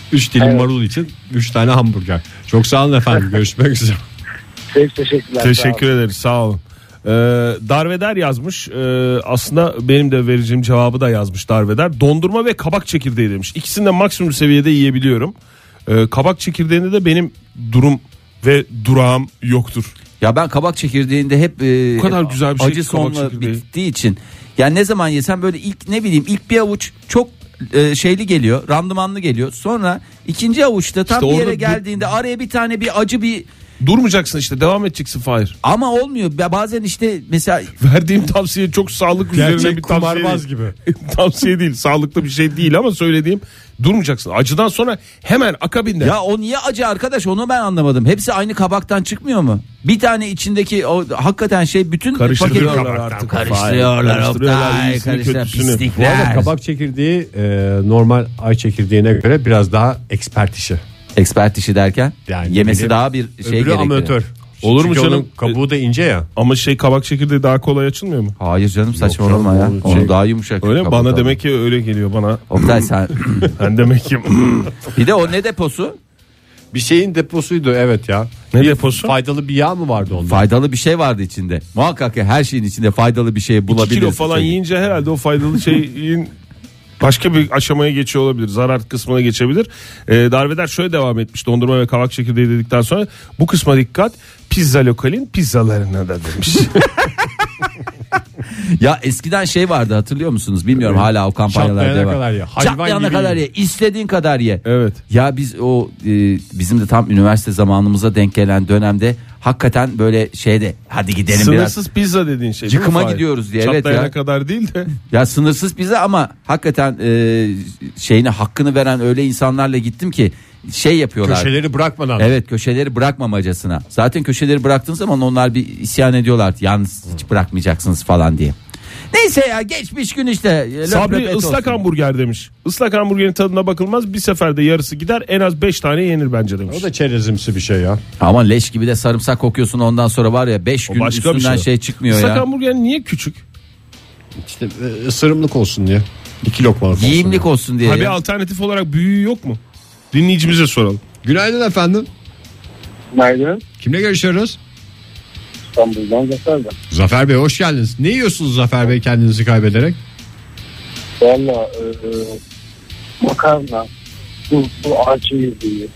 3 dilim Evet. marul için 3 tane hamburger. Çok sağ olun efendim. Görüşmek üzere. Teşekkürler. Teşekkür ederiz, sağ olun. Darveder yazmış. Aslında benim de vereceğim cevabı da yazmış Darveder. Dondurma ve kabak çekirdeği demiş. İkisini de maksimum seviyede yiyebiliyorum. Kabak çekirdeğinde de benim durum ve durağım yoktur. Ya ben kabak çekirdeğinde hep Bu kadar güzel bir şey acı ki kabak sonla çekirdeği. bittiği için. Yani ne zaman yesem böyle ilk bir avuç çok şeyli geliyor, randımanlı geliyor. Sonra ikinci avuçta tam İşte bir yere orada geldiğinde araya bir tane bir acı bir Durmayacaksın işte, devam edeceksin Fahir. ama olmuyor. Ya bazen işte mesela Verdiğim tavsiye çok sağlık üzerine bir Gerçek tavsiye kumarbaz değil. gibi. Tavsiye değil, sağlıklı bir şey değil ama söylediğim, durmayacaksın. Acıdan sonra hemen akabinde. ya o niye acı arkadaş, onu ben anlamadım. Hepsi aynı kabaktan çıkmıyor mu? Bir tane içindeki o hakikaten şey bütün Karıştırıyorlar paket- artık. Karıştırıyorlar. Karıştırıyorlar, Oktay, iyisini, karıştırıyorlar, kötüsünü. Bu arada pislikler. kabak çekirdeği normal ay çekirdeğine göre biraz daha expert işi. Expert işi derken Yani yemesi öbürü- daha bir şey Öbürü gerekiyor. amatör. Olur mu Çünkü canım? onun kabuğu da ince ya. Ama kabak çekirdeği daha kolay açılmıyor mu? Hayır canım, saçmalama canım, ya. onun Onu şey- daha yumuşak. Öyle mi? kabuk Bana tabii. demek ki öyle geliyor bana. Oktay sen Ben demek ki bir de o ne deposu? Bir şeyin deposuydu evet ya. ne deposu? Faydalı bir yağ mı vardı onda? Faydalı bir şey vardı içinde. Muhakkak ki her şeyin içinde faydalı bir şey 2 bulabiliriz. kilo falan yiyince herhalde o faydalı şeyin başka bir aşamaya geçiyor olabilir. Zarar kısmına geçebilir. Darveder şöyle devam etmiş. Dondurma ve kabak çekirdeği dedikten sonra bu kısma dikkat. Pizza lokalin pizzalarına da demiş. Ya eskiden şey vardı, hatırlıyor musunuz? Bilmiyorum hala o kampanyalar Çatlayana devam. kadar ye. Hayvan Çatlayana gibi kadar ye. ye. İstediğin kadar ye. Evet. Ya biz o bizim de tam üniversite zamanımıza denk gelen dönemde hakikaten böyle şeyde hadi gidelim biraz. Sınırsız pizza dediğin şey. Cıkıma değil mi Fahir? gidiyoruz diye, evet Çatlayana ya. kadar değil de. Ya sınırsız bize ama hakikaten şeyine hakkını veren öyle insanlarla gittim ki şey yapıyorlar. Köşeleri bırakmadan. Evet, köşeleri bırakmamacasına. Zaten köşeleri bıraktığın zaman onlar bir isyan ediyorlar. Yalnız hiç bırakmayacaksınız falan diye. Neyse ya, geçmiş gün işte. Löp löp Sabri et ıslak olsun. hamburger demiş. Islak hamburgerin tadına bakılmaz. Bir seferde yarısı gider. En az 5 tane yenir bence demiş. O da çerezimsi bir şey ya. Ama leş gibi de sarımsak kokuyorsun, ondan sonra var ya 5 O gün başka bir üstünden şey çıkmıyor Islak ya. hamburger niye küçük? İşte ısırımlık olsun diye. 2 lokmalık olsun. Giyimlik olsun diye. Ha, bir ya. alternatif olarak büyüğü yok mu? Dinleyicimize soralım. Günaydın efendim. Günaydın. Kimle görüşüyoruz? İstanbul'dan Zafer'den. Zafer Bey hoş geldiniz. Ne yiyorsunuz Zafer Bey kendinizi kaybederek? Valla makarna, bu ağaç yemeği,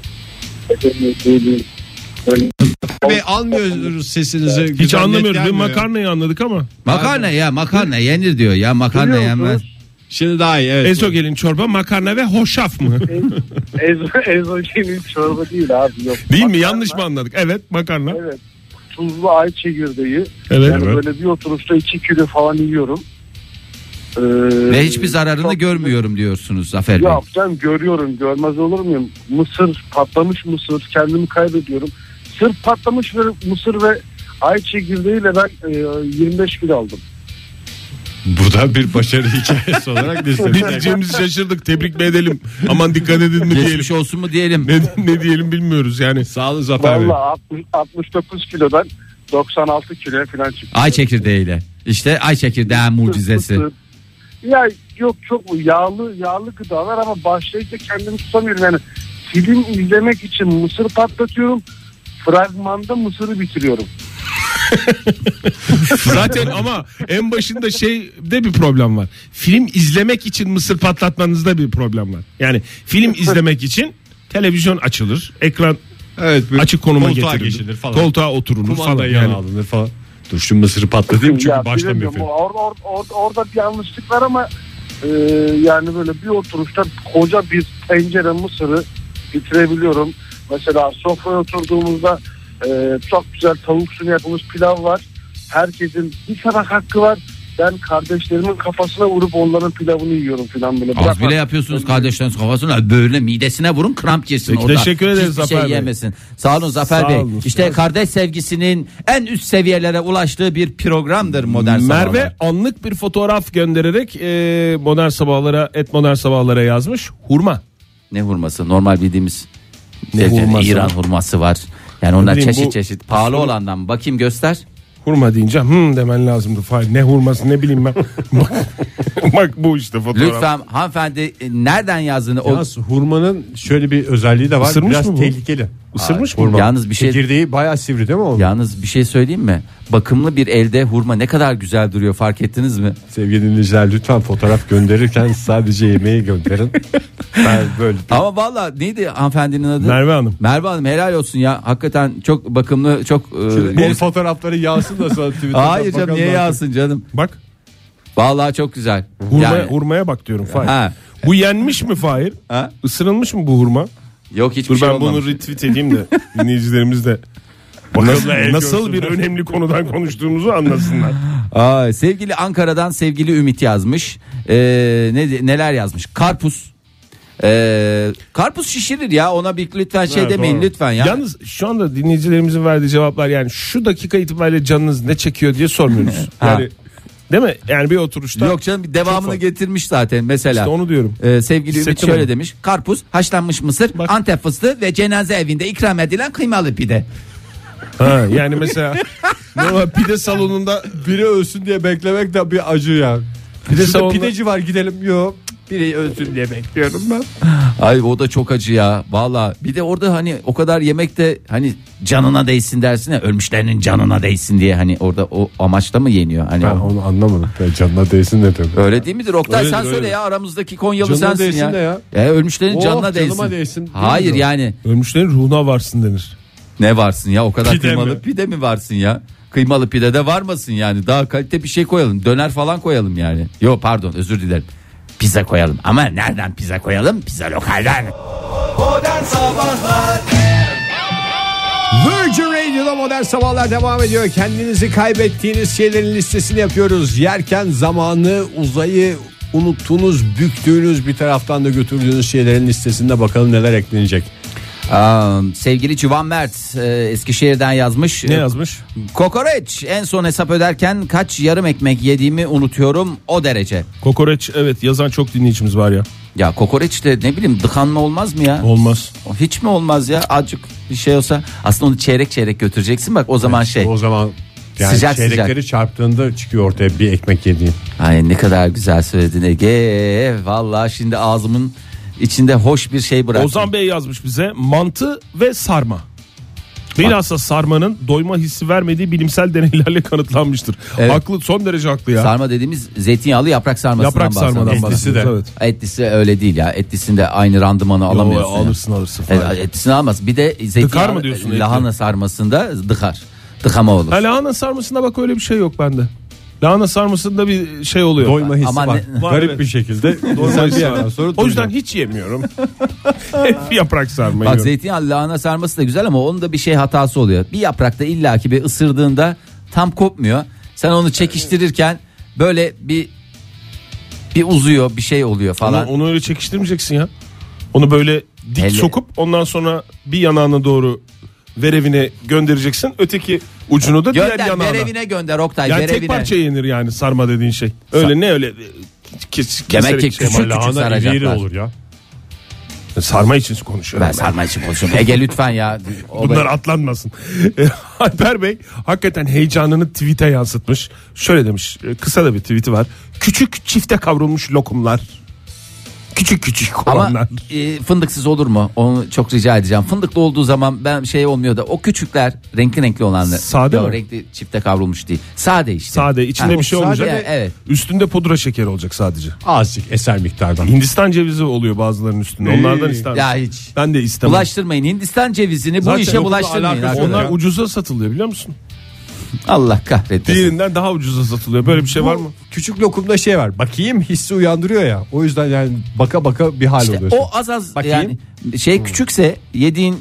Bey almıyoruz sesinizi. Hiç Güzel, net anlamıyoruz. Bir gelmiyor. makarnayı anladık ama. Makarna yenir diyor ya, makarna yenmez. Şimdi daha iyi evet. Ezogelin çorba, makarna ve hoşaf mı? Ezogelin çorba değil abi, yok. Değil mi? Makarna, Yanlış mı anladık? Evet, makarna. Evet. Tuzlu ay çekirdeği. Evet. Yani Evet. böyle bir oturuşta 2 kilo falan yiyorum. Ve hiçbir zararını çok- görmüyorum diyorsunuz Zafer Bey. Ya ben görüyorum, görmez olur muyum? Mısır, patlamış mısır, kendimi kaybediyorum. Sırf patlamış mısır ve ay çekirdeğiyle ben 25 kilo aldım. Burada bir başarı hikayesi olarak Ne listemize. diyeceğimizi şaşırdık. Tebrik mi edelim? Aman dikkat edin mi diyelim? Geçmiş olsun mu diyelim. Ne diyelim bilmiyoruz yani. Sağ olun Zafer Bey. Valla 69 kilodan 96 kiloya falan çıktım. Ay çekirdeğiyle. İşte ay çekirdeği mucizesi. Mısır. Ya yok, çok yağlı gıdalar ama başlayınca kendimi tutamıyorum. Yani film izlemek için mısır patlatıyorum. Fragmanda mısırı bitiriyorum. Zaten ama en başında de bir problem var. Film izlemek için mısır patlatmanızda bir problem var. Yani film izlemek için televizyon açılır, ekran Evet, bir açık konuma koltuğa getirilir, geçilir falan. koltuğa oturulur Kumanda falan. yana Yani. alınır falan. Dur şu mısırı patlatayım çünkü Ya başlamıyor bilemiyorum, film. orada bir yanlışlık var ama yani böyle bir oturuşta koca bir tencere mısırı bitirebiliyorum. Mesela sofraya oturduğumuzda çok güzel tavuk suyuna yapılmış pilav var. Herkesin bir tabak hakkı var. Ben kardeşlerimin kafasına vurup onların pilavını yiyorum falan böyle. Az bile yapıyorsunuz kardeşleriniz kafasına, böyle midesine vurun, kramp yesin Peki, orada. teşekkür ederiz Hiçbir Zafer şey Bey. yemesin. Sağ olun Zafer Sağ Bey. olun. İşte kardeş sevgisinin en üst seviyelere ulaştığı bir programdır Modern Sabahlar. Merve anlık bir fotoğraf göndererek Modern Sabahlara yazmış. Hurma. Ne hurması? Normal bildiğimiz Ne hurması? İran hurması var. Yani onlar bileyim, çeşit bu- çeşit. Pahalı olandan bakayım, göster. Hurma deyince demen lazımdı. Fahir. Ne hurması ne bileyim ben. Bak bu işte fotoğraf. Lütfen hanımefendi nereden yazdığını Yalnız hurmanın şöyle bir özelliği de var. Isırmış Biraz mı bu? tehlikeli. Isırmış mı? Hurma. Yalnız bir şey- Çekirdeği bayağı sivri değil mi onun? Yalnız bir şey söyleyeyim mi? Bakımlı bir elde hurma ne kadar güzel duruyor, fark ettiniz mi? Sevgili dinleyiciler lütfen fotoğraf gönderirken sadece yemeği gönderin. Ben böyle bir... Ama valla neydi hanımefendinin adı? Merve Hanım. Merve Hanım, helal olsun ya. Hakikaten çok bakımlı, çok... El fotoğrafları yağsın da sonra Twitter'da Hayır canım, bakalım niye artık. yağsın canım? Bak Vallahi çok güzel. hurmaya bak diyorum Fahir. Ha. Bu yenmiş mi Fahir? Ha? Isırılmış mı bu hurma? Yok, hiçbir Dur şey ben olmamış. bunu retweet edeyim de dinleyicilerimiz de nasıl bir önemli konudan konuştuğumuzu anlasınlar. Aa, sevgili Ankara'dan sevgili Ümit yazmış. Neler yazmış? Karpuz. Karpuz şişirir ya, ona bir lütfen şey Ha, demeyin doğru. lütfen ya. Yalnız şu anda dinleyicilerimizin verdiği cevaplar yani şu dakika itibariyle canınız ne çekiyor diye sormuyoruz. Yani değil mi? Yani bir oturuşta. Yok canım, bir devamını Çok getirmiş zaten mesela. İşte onu diyorum. Sevgili Ümit Hissettim şöyle onu. demiş: karpuz, haşlanmış mısır, Bak. Antep fıstığı ve cenaze evinde ikram edilen kıymalı pide. Ha, yani mesela normal pide salonunda Biri ölsün diye beklemek de bir acı ya. Pide Şurada salonunda- pideci var gidelim. Yok. Biri ölsün diye bekliyorum ben. Ay o da çok acı ya valla. Bir de orada hani o kadar yemekte hani canına değsin dersin ya, ölmüşlerinin canına değsin diye, hani orada o amaçla mı yeniyor? Hani Ben onu anlamadım. Ben canına değsin ne demek. öyle değil midir Oktay? Öyledir, sen söyle öyledir. ya, aramızdaki Konyalı Canına sensin değsin ya. ne ya? Ölmüşlerin Oh, canına canıma değsin. değsin. Hayır Değil mi? yani ölmüşlerin ruhuna varsın denir. ne varsın ya, o kadar Pide kıymalı mi? pide mi varsın ya? Kıymalı pide de varmasın yani, daha kalite bir şey koyalım, döner falan koyalım yani. Yok pardon, özür dilerim. Pizza koyalım ama nereden pizza koyalım? Pizza lokalden. Modern Sabahlar Virgin Radio'da Modern Sabahlar devam ediyor. Kendinizi kaybettiğiniz şeylerin listesini yapıyoruz. Yerken zamanı, uzayı unuttuğunuz, büktüğünüz, bir taraftan da götürdüğünüz şeylerin listesinde bakalım neler eklenecek. Sevgili Civan Mert Eskişehir'den yazmış. Ne yazmış? Kokoreç, en son hesap öderken kaç yarım ekmek yediğimi unutuyorum, o derece. Kokoreç, evet, yazan çok dinleyicimiz var ya. Ya kokoreçte ne bileyim dıkanma olmaz mı ya? Olmaz. Hiç mi olmaz ya? Azıcık bir şey olsa aslında onu çeyrek çeyrek götüreceksin, bak o zaman şey. O zaman yani Sıcak çeyrekleri sıcak. çarptığında çıkıyor ortaya bir ekmek yediğin. Ay ne kadar güzel söyledin Ege. Vallahi şimdi ağzımın içinde hoş bir şey bıraktın. Ozan Bey yazmış bize mantı ve sarma. Bilhassa sarmanın doyma hissi vermediği bilimsel deneylerle kanıtlanmıştır. Evet. Haklı, son derece haklı ya. Sarma dediğimiz zeytinyağlı yaprak sarmasından Yaprak sarmadan bahsediyoruz. Etlisi bahsediyoruz. de. Evet. Etlisi öyle değil ya. Etlisinde aynı randımanı alamıyorsun. ya. Alırsın falan. Etlisini almaz. Bir de Dıkar zeytinyağlı mı diyorsun lahana sarmasında dıkar. Dıkama olur. Ha, lahana sarmasında bak öyle bir şey yok bende. Lahana sarmasında bir şey oluyor. Doyma hissi Ama var. ne- Var, Garip evet. bir şekilde. Doyma İnsan bir hissi yerden var. sonra O yüzden doyacak. hiç yemiyorum. Hep yaprak sarma Bak yiyorum. zeytinyağlı lahana sarması da güzel ama onun da bir şey hatası oluyor. Bir yaprakta illaki bir ısırdığında tam kopmuyor. Sen onu çekiştirirken böyle bir uzuyor, bir şey oluyor falan. Onu öyle çekiştirmeyeceksin ya. Onu böyle dik Hele- sokup ondan sonra bir yanağına doğru verevine göndereceksin. Öteki ucunu da diğer Gönder, yanağına. verevine gönder Oktay, Yani verevine. tek parça yenir yani sarma dediğin şey. Öyle ne öyle Demek ki keserek şey. küçük Ama lahana saracaklar. iri olur ya. Sarma için konuşuyorum. Ben sarma için konuşuyorum. Ege lütfen ya. Bunlar atlanmasın. Alper Bey hakikaten heyecanını tweet'e yansıtmış. Şöyle demiş, kısa da bir tweet'i var. Küçük çifte kavrulmuş lokumlar. Küçük küçük Ama olanlar. fındıksız olur mu? Onu çok rica edeceğim. Fındıklı olduğu zaman ben şey olmuyor da o küçükler renkli renkli olanlar. Sade Yok, mi? renkli çifte kavrulmuş değil. Sade işte. Sade, içinde Ha, bir şey sade, olmayacak. evet. Üstünde pudra şekeri olacak sadece. Azıcık eser miktardan. Hindistan cevizi oluyor bazılarının üstünde. Onlardan ister Ya misin? hiç. Ben de istemem. Bulaştırmayın. Hindistan cevizini bu Zaten işe yok, bulaştırmayın. alakası arkadaşlar. Onlar Ya. ucuza satılıyor biliyor musun? Allah kahretmesin. Diğerinden daha ucuza satılıyor. Böyle bir şey var mı? Küçük lokumda şey var. Bakayım hissi uyandırıyor ya. O yüzden yani baka baka bir hal İşte oluyorsun. o az Bakayım. yani şey küçükse yediğin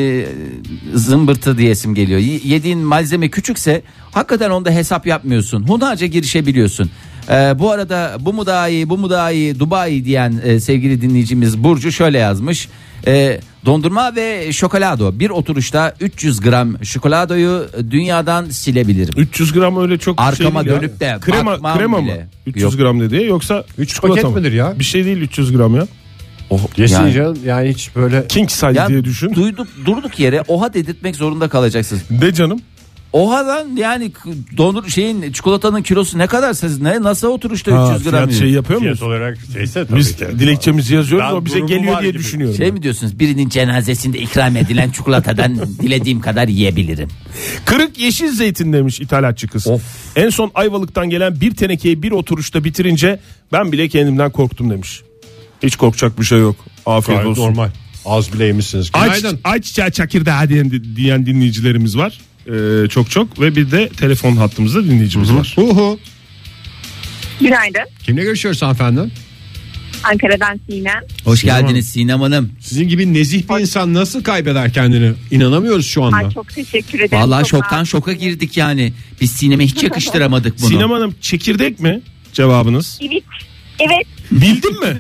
zımbırtı diyesim geliyor. Yediğin malzeme küçükse hakikaten onda hesap yapmıyorsun. Hunharca girişebiliyorsun. Bu arada bu mu daha iyi, bu mu daha iyi, Dubai diyen sevgili dinleyicimiz Burcu şöyle yazmış. Dondurma ve şokolado, bir oturuşta 300 gram şokoladoyu dünyadan silebilirim. 300 gram öyle çok Arkama şey değil dönüp ya. de krema bakmam mı? bile. 300 Yok. gram dediği yoksa 3 çikolata paket mı? midir ya? Bir şey değil 300 gram ya. Yesin Yani- canım yani hiç böyle King size Ya diye düşün. durduk yere oha dedirtmek zorunda kalacaksınız. De canım. Oha lan, yani çikolatanın kilosu ne kadar, siz nasıl oturuşta 300 gram fiyat yiyor? şey yapıyor muyuz? Fiyat olarak şeyse tabii Biz ki. dilekçemizi yazıyoruz, Ben o bize durumu geliyor var diye gibi. düşünüyorum. Şey mi diyorsunuz, birinin cenazesinde ikram edilen çikolatadan dilediğim kadar yiyebilirim. Kırık yeşil zeytin demiş ithalatçı kız. Of. En son Ayvalık'tan gelen bir tenekeyi bir oturuşta bitirince ben bile kendimden korktum demiş. Hiç korkacak bir şey yok. Afiyet Gayet olsun. normal. Az bile yemişsiniz. Günaydın. Ayçiçeği çekirdeği diyen dinleyicilerimiz var. Çok ve bir de telefon hattımızda dinleyicimiz var. Günaydın. Kimle görüşüyoruz hanımefendi? Ankara'dan Sinem. Hoş geldiniz Sinem Hanım. Sizin gibi nezih bir insan nasıl kaybeder kendini? İnanamıyoruz şu anda. Ay, çok teşekkür ederim. Vallahi Çok şoktan nazik. şoka girdik yani. Biz Sinem'e hiç yakıştıramadık bunu. Sinem Hanım, çekirdek mi cevabınız? Evet. Evet. Bildin mi?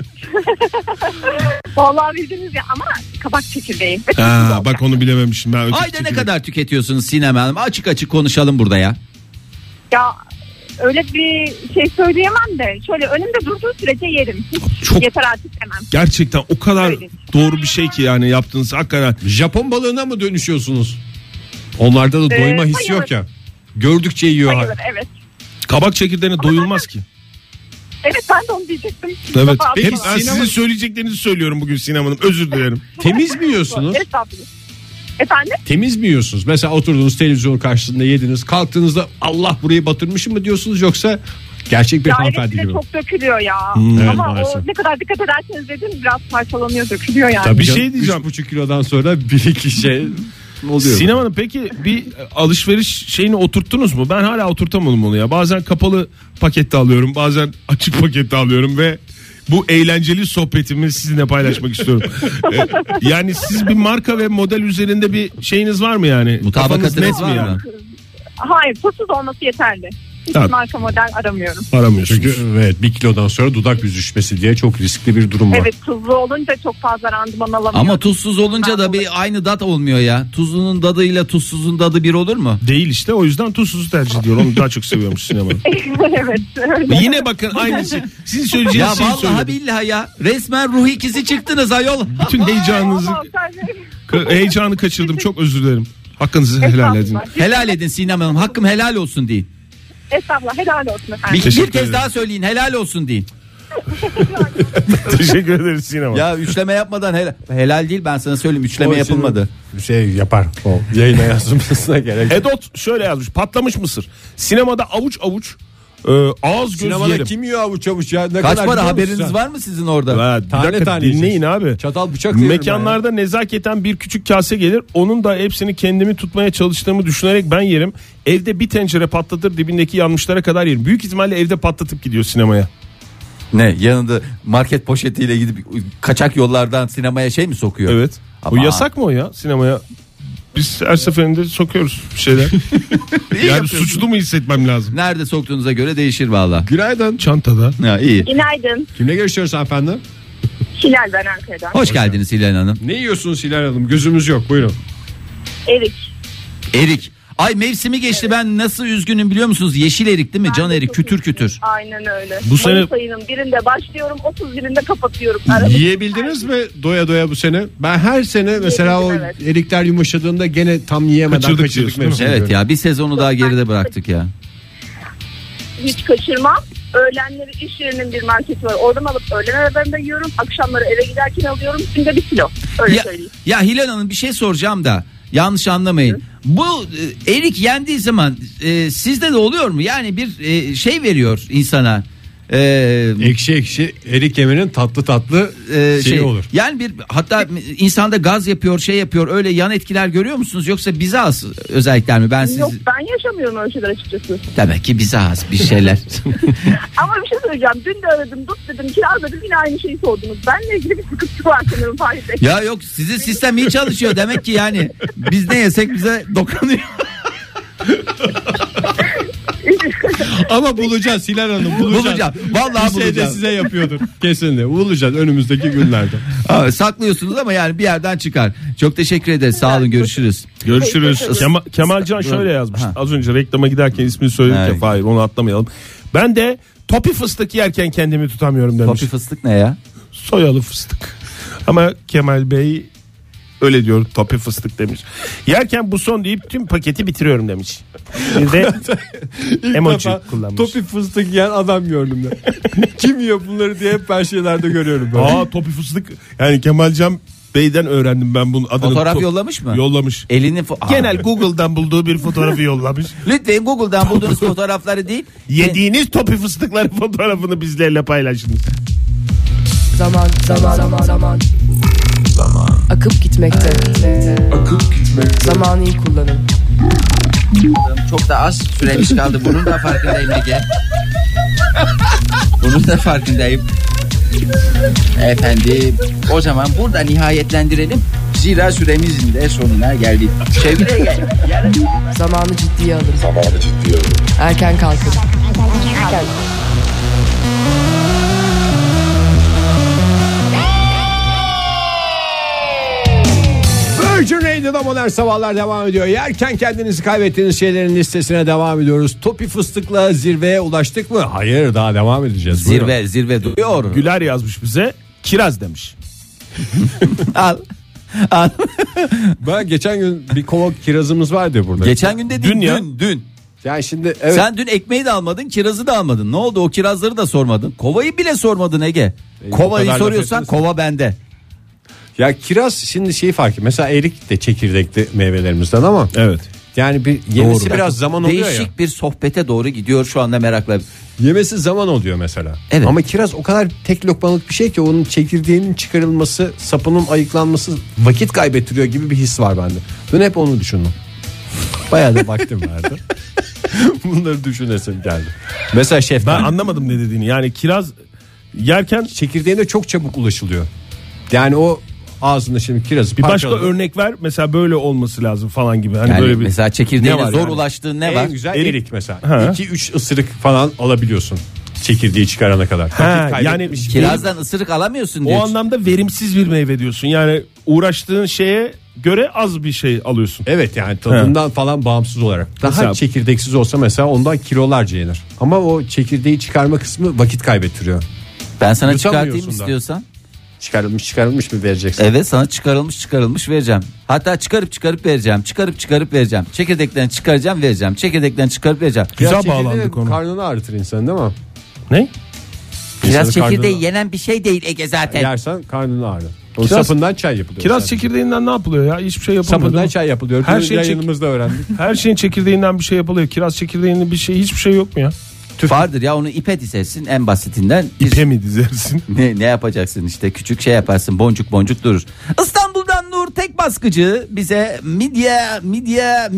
Vallahi bildiniz ya, ama kabak çekirdeği. Bak onu bilememişim ben. Ayda ne kadar tüketiyorsunuz Sinem Hanım? Açık açık konuşalım burada ya. Ya öyle bir şey söyleyemem de şöyle önümde durduğu sürece yerim. Çok- Yeter artık demem. Gerçekten o kadar Öyle. doğru bir şey ki yani yaptığınız hakikaten. Japon balığına mı dönüşüyorsunuz? Onlarda da doyma hissi bayılır. yok ya. Gördükçe yiyor. Bayılır, evet. Kabak çekirdeğine doyulmaz ki. Evet, ben de onu diyecektim. Evet. Kabağı Peki, Hep falan. ben sizin söyleyeceklerinizi söylüyorum bugün Sinem Hanım. Özür dilerim. Temiz mi yiyorsunuz? Estağfurullah. Efendim? Temiz mi yiyorsunuz? Mesela oturdunuz televizyonun karşısında yediniz. Kalktığınızda Allah burayı batırmışım mı diyorsunuz, yoksa gerçek bir Ya evet, hanımefendi bir de gibi mi? çok dökülüyor ya. Evet, Ama maalesef. o ne kadar dikkat ederseniz dedim biraz parçalanıyor, dökülüyor yani. Tabii Bir canım, şey diyeceğim. 3,5 kilodan sonra bir iki şey oluyor. Sinem Hanım, peki bir alışveriş şeyini oturttunuz mu? Ben hala oturtamadım onu ya. Bazen kapalı pakette alıyorum, bazen açık pakette alıyorum ve bu eğlenceli sohbetimi sizinle paylaşmak istiyorum. Yani siz bir marka ve model üzerinde bir şeyiniz var mı yani? Mutabakatınız Kafanız net var mi mı? yani? Hayır, tuzsuz olması yeterli. Hiç Tamam. marka model aramıyorum. Aramıyorsunuz. Çünkü evet, 1 kilodan sonra dudak büzüşmesi diye çok riskli bir durum var. Evet, tuzlu olunca çok fazla randıman alamıyorum. Ama tuzsuz olunca da bir aynı tat olmuyor ya. Tuzlunun tadıyla tuzsuzun tadı bir olur mu? Değil işte, o yüzden tuzsuzu tercih ediyor. Onu daha çok seviyormuş Sinem Hanım. Evet, öyle. Yine bakın aynısı. Sizin söyleyeceğiniz Ya şeyi vallahi söyledim. billahi ya. Resmen ruh ikizi çıktınız ayol. Bütün heyecanınızı, Allah'ım, sen- heyecanı kaçırdım. Çok özür dilerim. Hakkınızı helal edin. Estağfurullah. Helal edin Sinem Hanım. Hakkım helal olsun deyin. Estağfurullah, helal olsun efendim. Bir Teşekkür kez ederim. daha söyleyin, helal olsun deyin. Teşekkür ederiz Sinem Hanım. Ya üçleme yapmadan helal değil, ben sana söyleyeyim, üçleme O yapılmadı. Şey yapar. O yayına yazılmasına gerek. Edot şöyle yazmış: patlamış mısır. Sinemada avuç avuç ağız göz Sinemada yerim. kim yiyor avuç avuç ya? Ne Kaç kadar para biliyor musun haberiniz sen? var mı sizin orada? Ha, bir Tane dakika, tane dinleyin yiyeceksin. abi. Çatal bıçak yerim Mekanlarda nezaketen bir küçük kase gelir. Onun da hepsini kendimi tutmaya çalıştığımı düşünerek ben yerim. Evde bir tencere patlatır, dibindeki yanmışlara kadar yerim. Büyük ihtimalle evde patlatıp gidiyor sinemaya. Ne, yanında market poşetiyle gidip kaçak yollardan sinemaya şey mi sokuyor? Evet. Ama- O yasak mı o ya sinemaya? Biz her seferinde sokuyoruz bir şeyler. Yani suçlu mu hissetmem lazım? Nerede soktuğunuza göre değişir valla. Günaydın. Çantada. Ha, iyi. Günaydın. Kimle görüşüyoruz hanımefendi? Hilal, ben Ankara'dan. Hoş geldiniz Hilal Hanım. Ne yiyorsunuz Hilal Hanım? Gözümüz yok, buyurun. Erik. Erik. Ay mevsimi geçti, ben nasıl üzgünüm biliyor musunuz? Yeşil erik değil mi? Can Ben de erik, çok kütür üzgünüm. kütür. Aynen öyle. Bu sene- Mayıs ayının birinde başlıyorum, 31'inde kapatıyorum. Arada- Yiyebildiniz mi doya doya bu sene? Ben her sene mesela o evet. erikler yumuşadığında gene tam yiyemeden Kaçırdık kaçırdık diyorsun, değil mi? mevsimi Evet diyorum. ya, bir sezonu daha geride bıraktık ya. Hiç kaçırmam. Öğlenleri iş yerinin bir marketi var. Oradan alıp öğlen aralarında yiyorum. Akşamları eve giderken alıyorum. Günde 1 kilo. Öyle Ya, söyleyeyim. ya Hilal Hanım, bir şey soracağım da yanlış anlamayın. Bu erik yendiği zaman sizde de oluyor mu? Yani bir şey veriyor insana. Ekşi ekşi erik yemenin tatlı tatlı şeyi olur. Yani bir, hatta insanda gaz yapıyor, şey yapıyor, öyle yan etkiler görüyor musunuz, yoksa bize az özellikler mi? Ben siz Yok, ben yaşamıyorum öyle şeyler açıkçası. demek ki bize az bir şeyler. Ama bir şey söyleyeceğim. Dün de aradım, dedim, kiraladım, yine aynı şeyi sordunuz. Benle ilgili bir sıkıntı var sanırım Fahir Bey. Ya yok, sizin sistem iyi çalışıyor demek ki, yani biz ne yesek bize dokunuyor. Ama bulacağız Hilal Hanım, bulacağız. Bulacağım. Vallahi Bir şey de bulacağım. size yapıyordur. Kesinlikle bulacağız önümüzdeki günlerde. Abi, saklıyorsunuz ama yani bir yerden çıkar. Çok teşekkür ederiz. Sağ olun, görüşürüz. Görüşürüz. Teşekkür Kemalcan şöyle yazmış. Ha. Az önce reklama giderken ismini söyledik Evet. ya Fahir, onu atlamayalım. Ben de topi fıstık yerken kendimi tutamıyorum demiş. Topi fıstık ne ya? Soyalı fıstık. Ama Kemal Bey Öyle diyor, topi fıstık demiş. Yerken bu son deyip tüm paketi bitiriyorum demiş. Bir de emoji kullanmış. Topi fıstık yiyen adam gördüm ben. Kim yiyor bunları diye hep ben şeylerde görüyorum. Böyle. Topi fıstık. Yani Kemalcan Bey'den öğrendim ben bunun adını. Fotoğraf yollamış mı? Yollamış. Elini Genel Google'dan bulduğu bir fotoğrafı yollamış. Lütfen Google'dan bulduğunuz fotoğrafları değil. Yediğiniz topi fıstıkları fotoğrafını bizlerle paylaşınız. Zaman. Akıp gitmekte. Zamanı iyi kullanın. Çok da az süremiş kaldı. Bunun da farkındayım Ege. Bunun da farkındayım. Efendim, o zaman burada nihayetlendirelim. Zira süremizin de sonuna geldik. Sevgili Ege. Zamanı ciddiye alın. Erken kalkın. Virgin Radio'da Modern Sabahlar devam ediyor. Yerken kendinizi kaybettiğiniz şeylerin listesine devam ediyoruz. Topi fıstıkla zirveye ulaştık mı? Hayır, daha devam edeceğiz. Zirve duruyor. Güler yazmış bize. Kiraz demiş. Al. Ben geçen gün bir kova kirazımız vardı burada. Geçen gün de Dün ya. Dün. Yani şimdi evet. Sen dün ekmeği de almadın, kirazı da almadın. Ne oldu? O kirazları da sormadın. Kovayı bile sormadın Ege. Kovayı kadar soruyorsan laf ettin. kova bende. Ya kiraz şimdi şeyi fark ediyor. Mesela erik de çekirdekli meyvelerimizden ama Evet. yani bir yemesi Doğru. biraz zaman oluyor Değişik ya. bir sohbete doğru gidiyor şu anda merakla. Yemesi zaman oluyor mesela. Evet. Ama kiraz o kadar tek lokmalık bir şey ki onun çekirdeğinin çıkarılması, sapının ayıklanması vakit kaybettiriyor gibi bir his var bende. Ben hep onu düşündüm. Bayağı da vaktim vardı. Bunları düşünesim geldi. Mesela Ben şeftali anlamadım ne dediğini. Yani kiraz yerken çekirdeğine çok çabuk ulaşılıyor. Yani o ağzında şimdi kirazı bir başka parçaladı. örnek ver. Mesela böyle olması lazım falan gibi. Hani Yani böyle bir mesela çekirdeğine Ne var zor yani? ulaştığın ne En var? güzel Erik. erik mesela. Ha. 2-3 ısırık falan alabiliyorsun. Çekirdeği çıkarana kadar. Ha, Vakit yani kaybetmiş. Kirazdan ısırık alamıyorsun diyor. o anlamda verimsiz bir meyve diyorsun. Yani uğraştığın şeye göre az bir şey alıyorsun. Evet, yani tadından falan bağımsız olarak. Daha Mesela- çekirdeksiz olsa mesela ondan kilolarca yenir. Ama o çekirdeği çıkarma kısmı vakit kaybettiriyor. Ben sana Yutamıyorsun çıkartayım da. istiyorsan. Çıkarılmış mı vereceksin? Evet, sana çıkarılmış vereceğim. Hatta çıkarıp vereceğim. Çıkarıp vereceğim. Çekirdeklerini çıkaracağım, vereceğim. Çekirdeklerini çıkarıp vereceğim. Güzel Biraz çekirdeği bağlandık ona. Karnını ağrıtır insan değil mi? Ne? Kiraz İnsanın çekirdeği karnını- yenen bir şey değil Ege zaten. Yersen karnını ağrır. O Kiraz- sapından çay yapılıyor. Kiraz sadece. çekirdeğinden ne yapılıyor ya? Hiçbir şey yapılmıyor. Sapından değil mi? çay yapılıyor. Her Her şey yayınımızda öğrendik. Her şeyin çekirdeğinden bir şey yapılıyor. Kiraz çekirdeğinin hiçbir şey yok mu ya? Vardır ya, onu ipe dizersin en basitinden. İpe mi dizersin? Ne yapacaksın işte, küçük şey yaparsın, boncuk durur. İstanbul'dan Nur tek baskıcı bize midye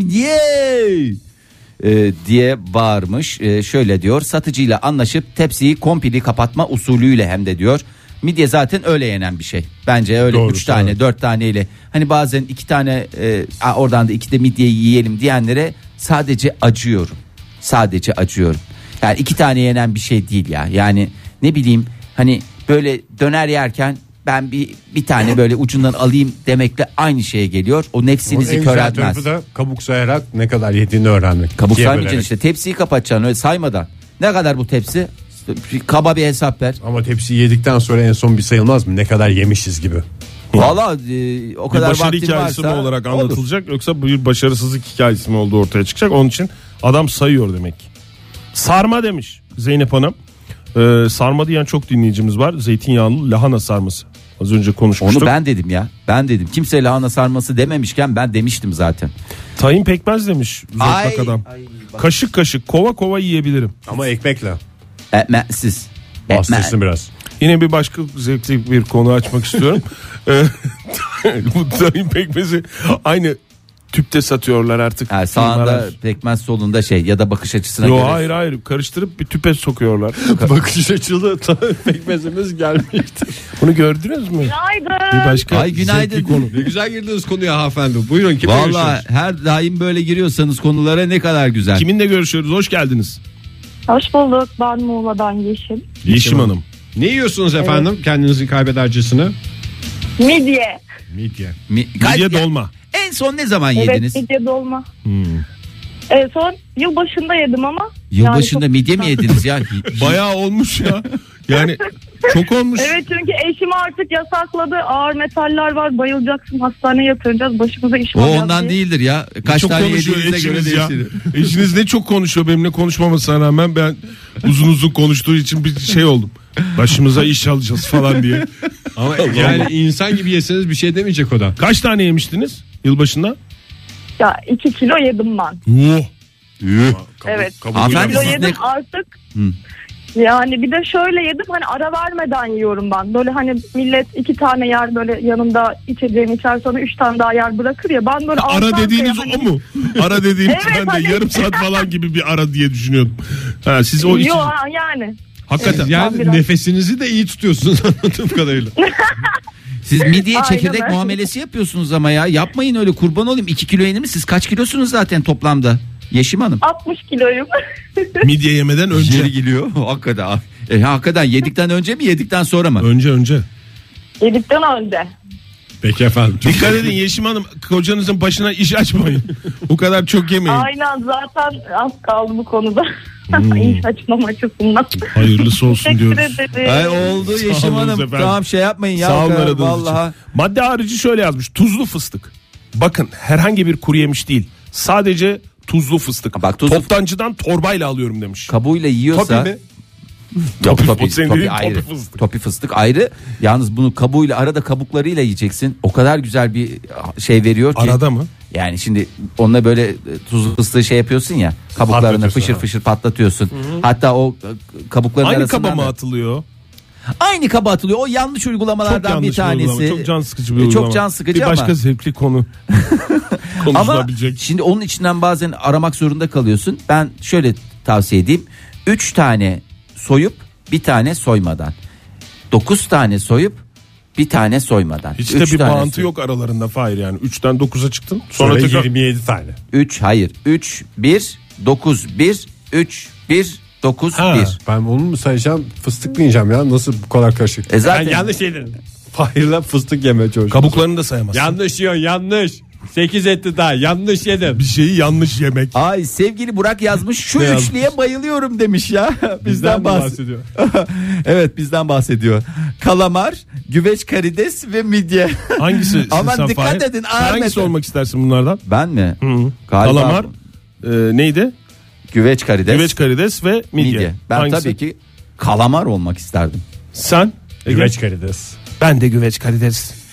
diye bağırmış. Şöyle diyor: satıcıyla anlaşıp tepsiyi kompili kapatma usulüyle, hem de diyor midye zaten öyle yenen bir şey. Bence öyle Doğru, 3 tane 4 taneyle, hani bazen 2 tane oradan da 2 de midye yiyelim diyenlere sadece acıyorum. Yani 2 tane yenen bir şey değil ya. Yani ne bileyim, hani böyle döner yerken ben bir tane böyle ucundan alayım demekle aynı şeye geliyor. O Onun nefsinizi en güzel köreltmez. tarafı da kabuk sayarak ne kadar yediğini öğrenmek. Kabuk İkiye saymayacaksın bölerek. işte, tepsiyi kapatacaksın öyle saymadan. Ne kadar bu tepsi? İşte kaba bir hesap ver. Ama tepsiyi yedikten sonra en son bir sayılmaz mı? Ne kadar yemişiz gibi. Valla o Bir kadar başarı vaktin hikayesi mi varsa olarak olur. anlatılacak yoksa bir başarısızlık hikayesi mi olduğu ortaya çıkacak. Onun için adam sayıyor demek. Sarma demiş Zeynep Hanım. Sarma diyen çok dinleyicimiz var. Zeytinyağlı lahana sarması. Az önce konuşmuştuk. Onu ben dedim ya. Ben dedim. Kimse lahana sarması dememişken ben demiştim zaten. Tahin pekmez demiş Zortlak adam. bak. Kaşık kaşık kova kova yiyebilirim. Ama ekmekle. Ekmeksiz. Bastırsın biraz. Yine bir başka zevkli bir konu açmak istiyorum. Bu tahin pekmezi aynı tüpte satıyorlar artık. Yani sağında Firmalar. pekmez, solunda şey, ya da bakış açısına Yo, göre. hayır karıştırıp bir tüpe sokuyorlar. Bakış açılı pekmezimiz gelmişti. Bunu gördünüz mü? Bir başka Ay, günaydın. zevkli konu. Ne güzel girdiniz konuya hanımefendi. Buyurun, kimle Valla görüşüyoruz? her daim böyle giriyorsanız konulara ne kadar güzel. Kiminle görüşüyoruz? Hoş geldiniz. Hoş bulduk. Ben Muğla'dan Yeşim. Yeşim Hanım. Ne yiyorsunuz efendim kendinizi kaybedercesine? Midye. Midye. Midye dolma. En son ne zaman Evet, yediniz? midye dolma. Son yılbaşında yedim ama. Yılbaşında yani midye mi yediniz ya? Bayağı olmuş ya. Yani çok olmuş. Evet, çünkü eşim artık yasakladı. Ağır metaller var, bayılacaksın, hastaneye yatıracağız, başımıza iş O olacak ondan diye. değildir ya. Kaç çok tane konuşuyor yediğinize göre eşiniz ya. değişir. Eşiniz ne çok konuşuyor, benimle konuşmamasına rağmen ben uzun konuştuğu için bir şey oldum. Başımıza iş alacağız falan diye. Ama yani insan gibi yeseniz bir şey demeyecek o da. Kaç tane yemiştiniz yılbaşında? Ya 2 kilo yedim ben. Evet. Hanımefendi, Kilo siz yedim ne- artık. Yani bir de şöyle yedim, hani ara vermeden yiyorum ben. Böyle hani millet 2 tane yer, böyle yanında içeceğini içer, sonra 3 tane daha yer bırakır ya. Ben böyle Ara dediğiniz hani... o mu? Ara dediğiniz Evet, ben de hani- yarım saat falan gibi bir ara diye düşünüyordum. Ha, siz o için Yok yani. hakikaten Yani biraz- nefesinizi de iyi tutuyorsunuz anladığım kadarıyla. Siz midyeye Aynen çekirdek öyle. muamelesi yapıyorsunuz ama ya. Yapmayın öyle, kurban olayım. 2 kilo yenir mi? Siz kaç kilosunuz zaten toplamda? Yeşim Hanım. 60 kiloyum. midye yemeden önce. Yeri geliyor. Hakikaten. Hakikaten yedikten önce mi, yedikten sonra mı? Önce. Yedikten önce. Peki efendim. Dikkat edin Yeşim Hanım, kocanızın başına iş açmayın. Bu kadar çok yemeyin. Aynen, zaten az kaldı bu konuda. İş açmam açısından. Hayırlısı olsun Teşekkür diyoruz. ederim. Ay oldu Sağ Yeşim olun Hanım. efendim. Tamam, şey yapmayın ya. Sağ olun O kadar, aradığınız vallahi. için. Madde harici şöyle yazmış: tuzlu fıstık. Bakın, herhangi bir kuru yemiş değil. Sadece tuzlu fıstık. Bak, tuzlu- Toptancıdan torbayla alıyorum demiş. Kabuğuyla yiyorsa. Topi mi? Yok, Topi, topi, o senin topi dediğin ayrı. topi fıstık. Topi fıstık ayrı. Yalnız bunu kabuğuyla, arada kabuklarıyla yiyeceksin. O kadar güzel bir şey veriyor ki. Arada mı? Yani şimdi onunla böyle tuzlu fıstığı şey yapıyorsun ya. Kabuklarını Patlatıyorsun, fışır ha. fışır patlatıyorsun. Hatta o kabukların Aynı arasından kaba mı da- atılıyor? Aynı kaba atılıyor. O yanlış uygulamalardan Çok yanlış bir tanesi. uygulama, çok can sıkıcı bir uygulama. Çok can sıkıcı bir başka ama. zevkli konu. Ama Konuşulabilecek. şimdi onun içinden bazen aramak zorunda kalıyorsun. Ben şöyle tavsiye edeyim. 3 tane soyup bir tane soymadan. 9 tane soyup bir tane soymadan. Hiç de bir bağıntı yok aralarında Fahir yani. 3'ten 9'a çıktın. Sonra tekrar 27 tane. 3 hayır. 3 1 9 1 3 1 9 Ha. 1. Ben onu mu sayacağım, fıstık mı yiyeceğim ya, nasıl bu kadar karışık? Zaten Ben yanlış yedim. Fahir'le fıstık yeme çocuğum. kabuklarını da sayamazsın. Yanlış yiyorsun, yanlış. 8 etti daha, yanlış yedim. Bir şeyi yanlış yemek. Ay, sevgili Burak yazmış, şu Ne yazmış? üçlüye bayılıyorum demiş ya. Bizden mi bahsediyor. Evet, bizden bahsediyor. Kalamar, güveç karides ve midye. Hangisi? Aman sen dikkat Fahir? edin, Sen ağır hangisi metal. olmak istersin bunlardan? Ben mi? Hı. Galiba Kalamar, neydi? güveç karides, Güveç karides ve midye. midye. Ben Hangisi? tabii ki kalamar olmak isterdim. Sen? Ege? Güveç karides. Ben de güveç karides.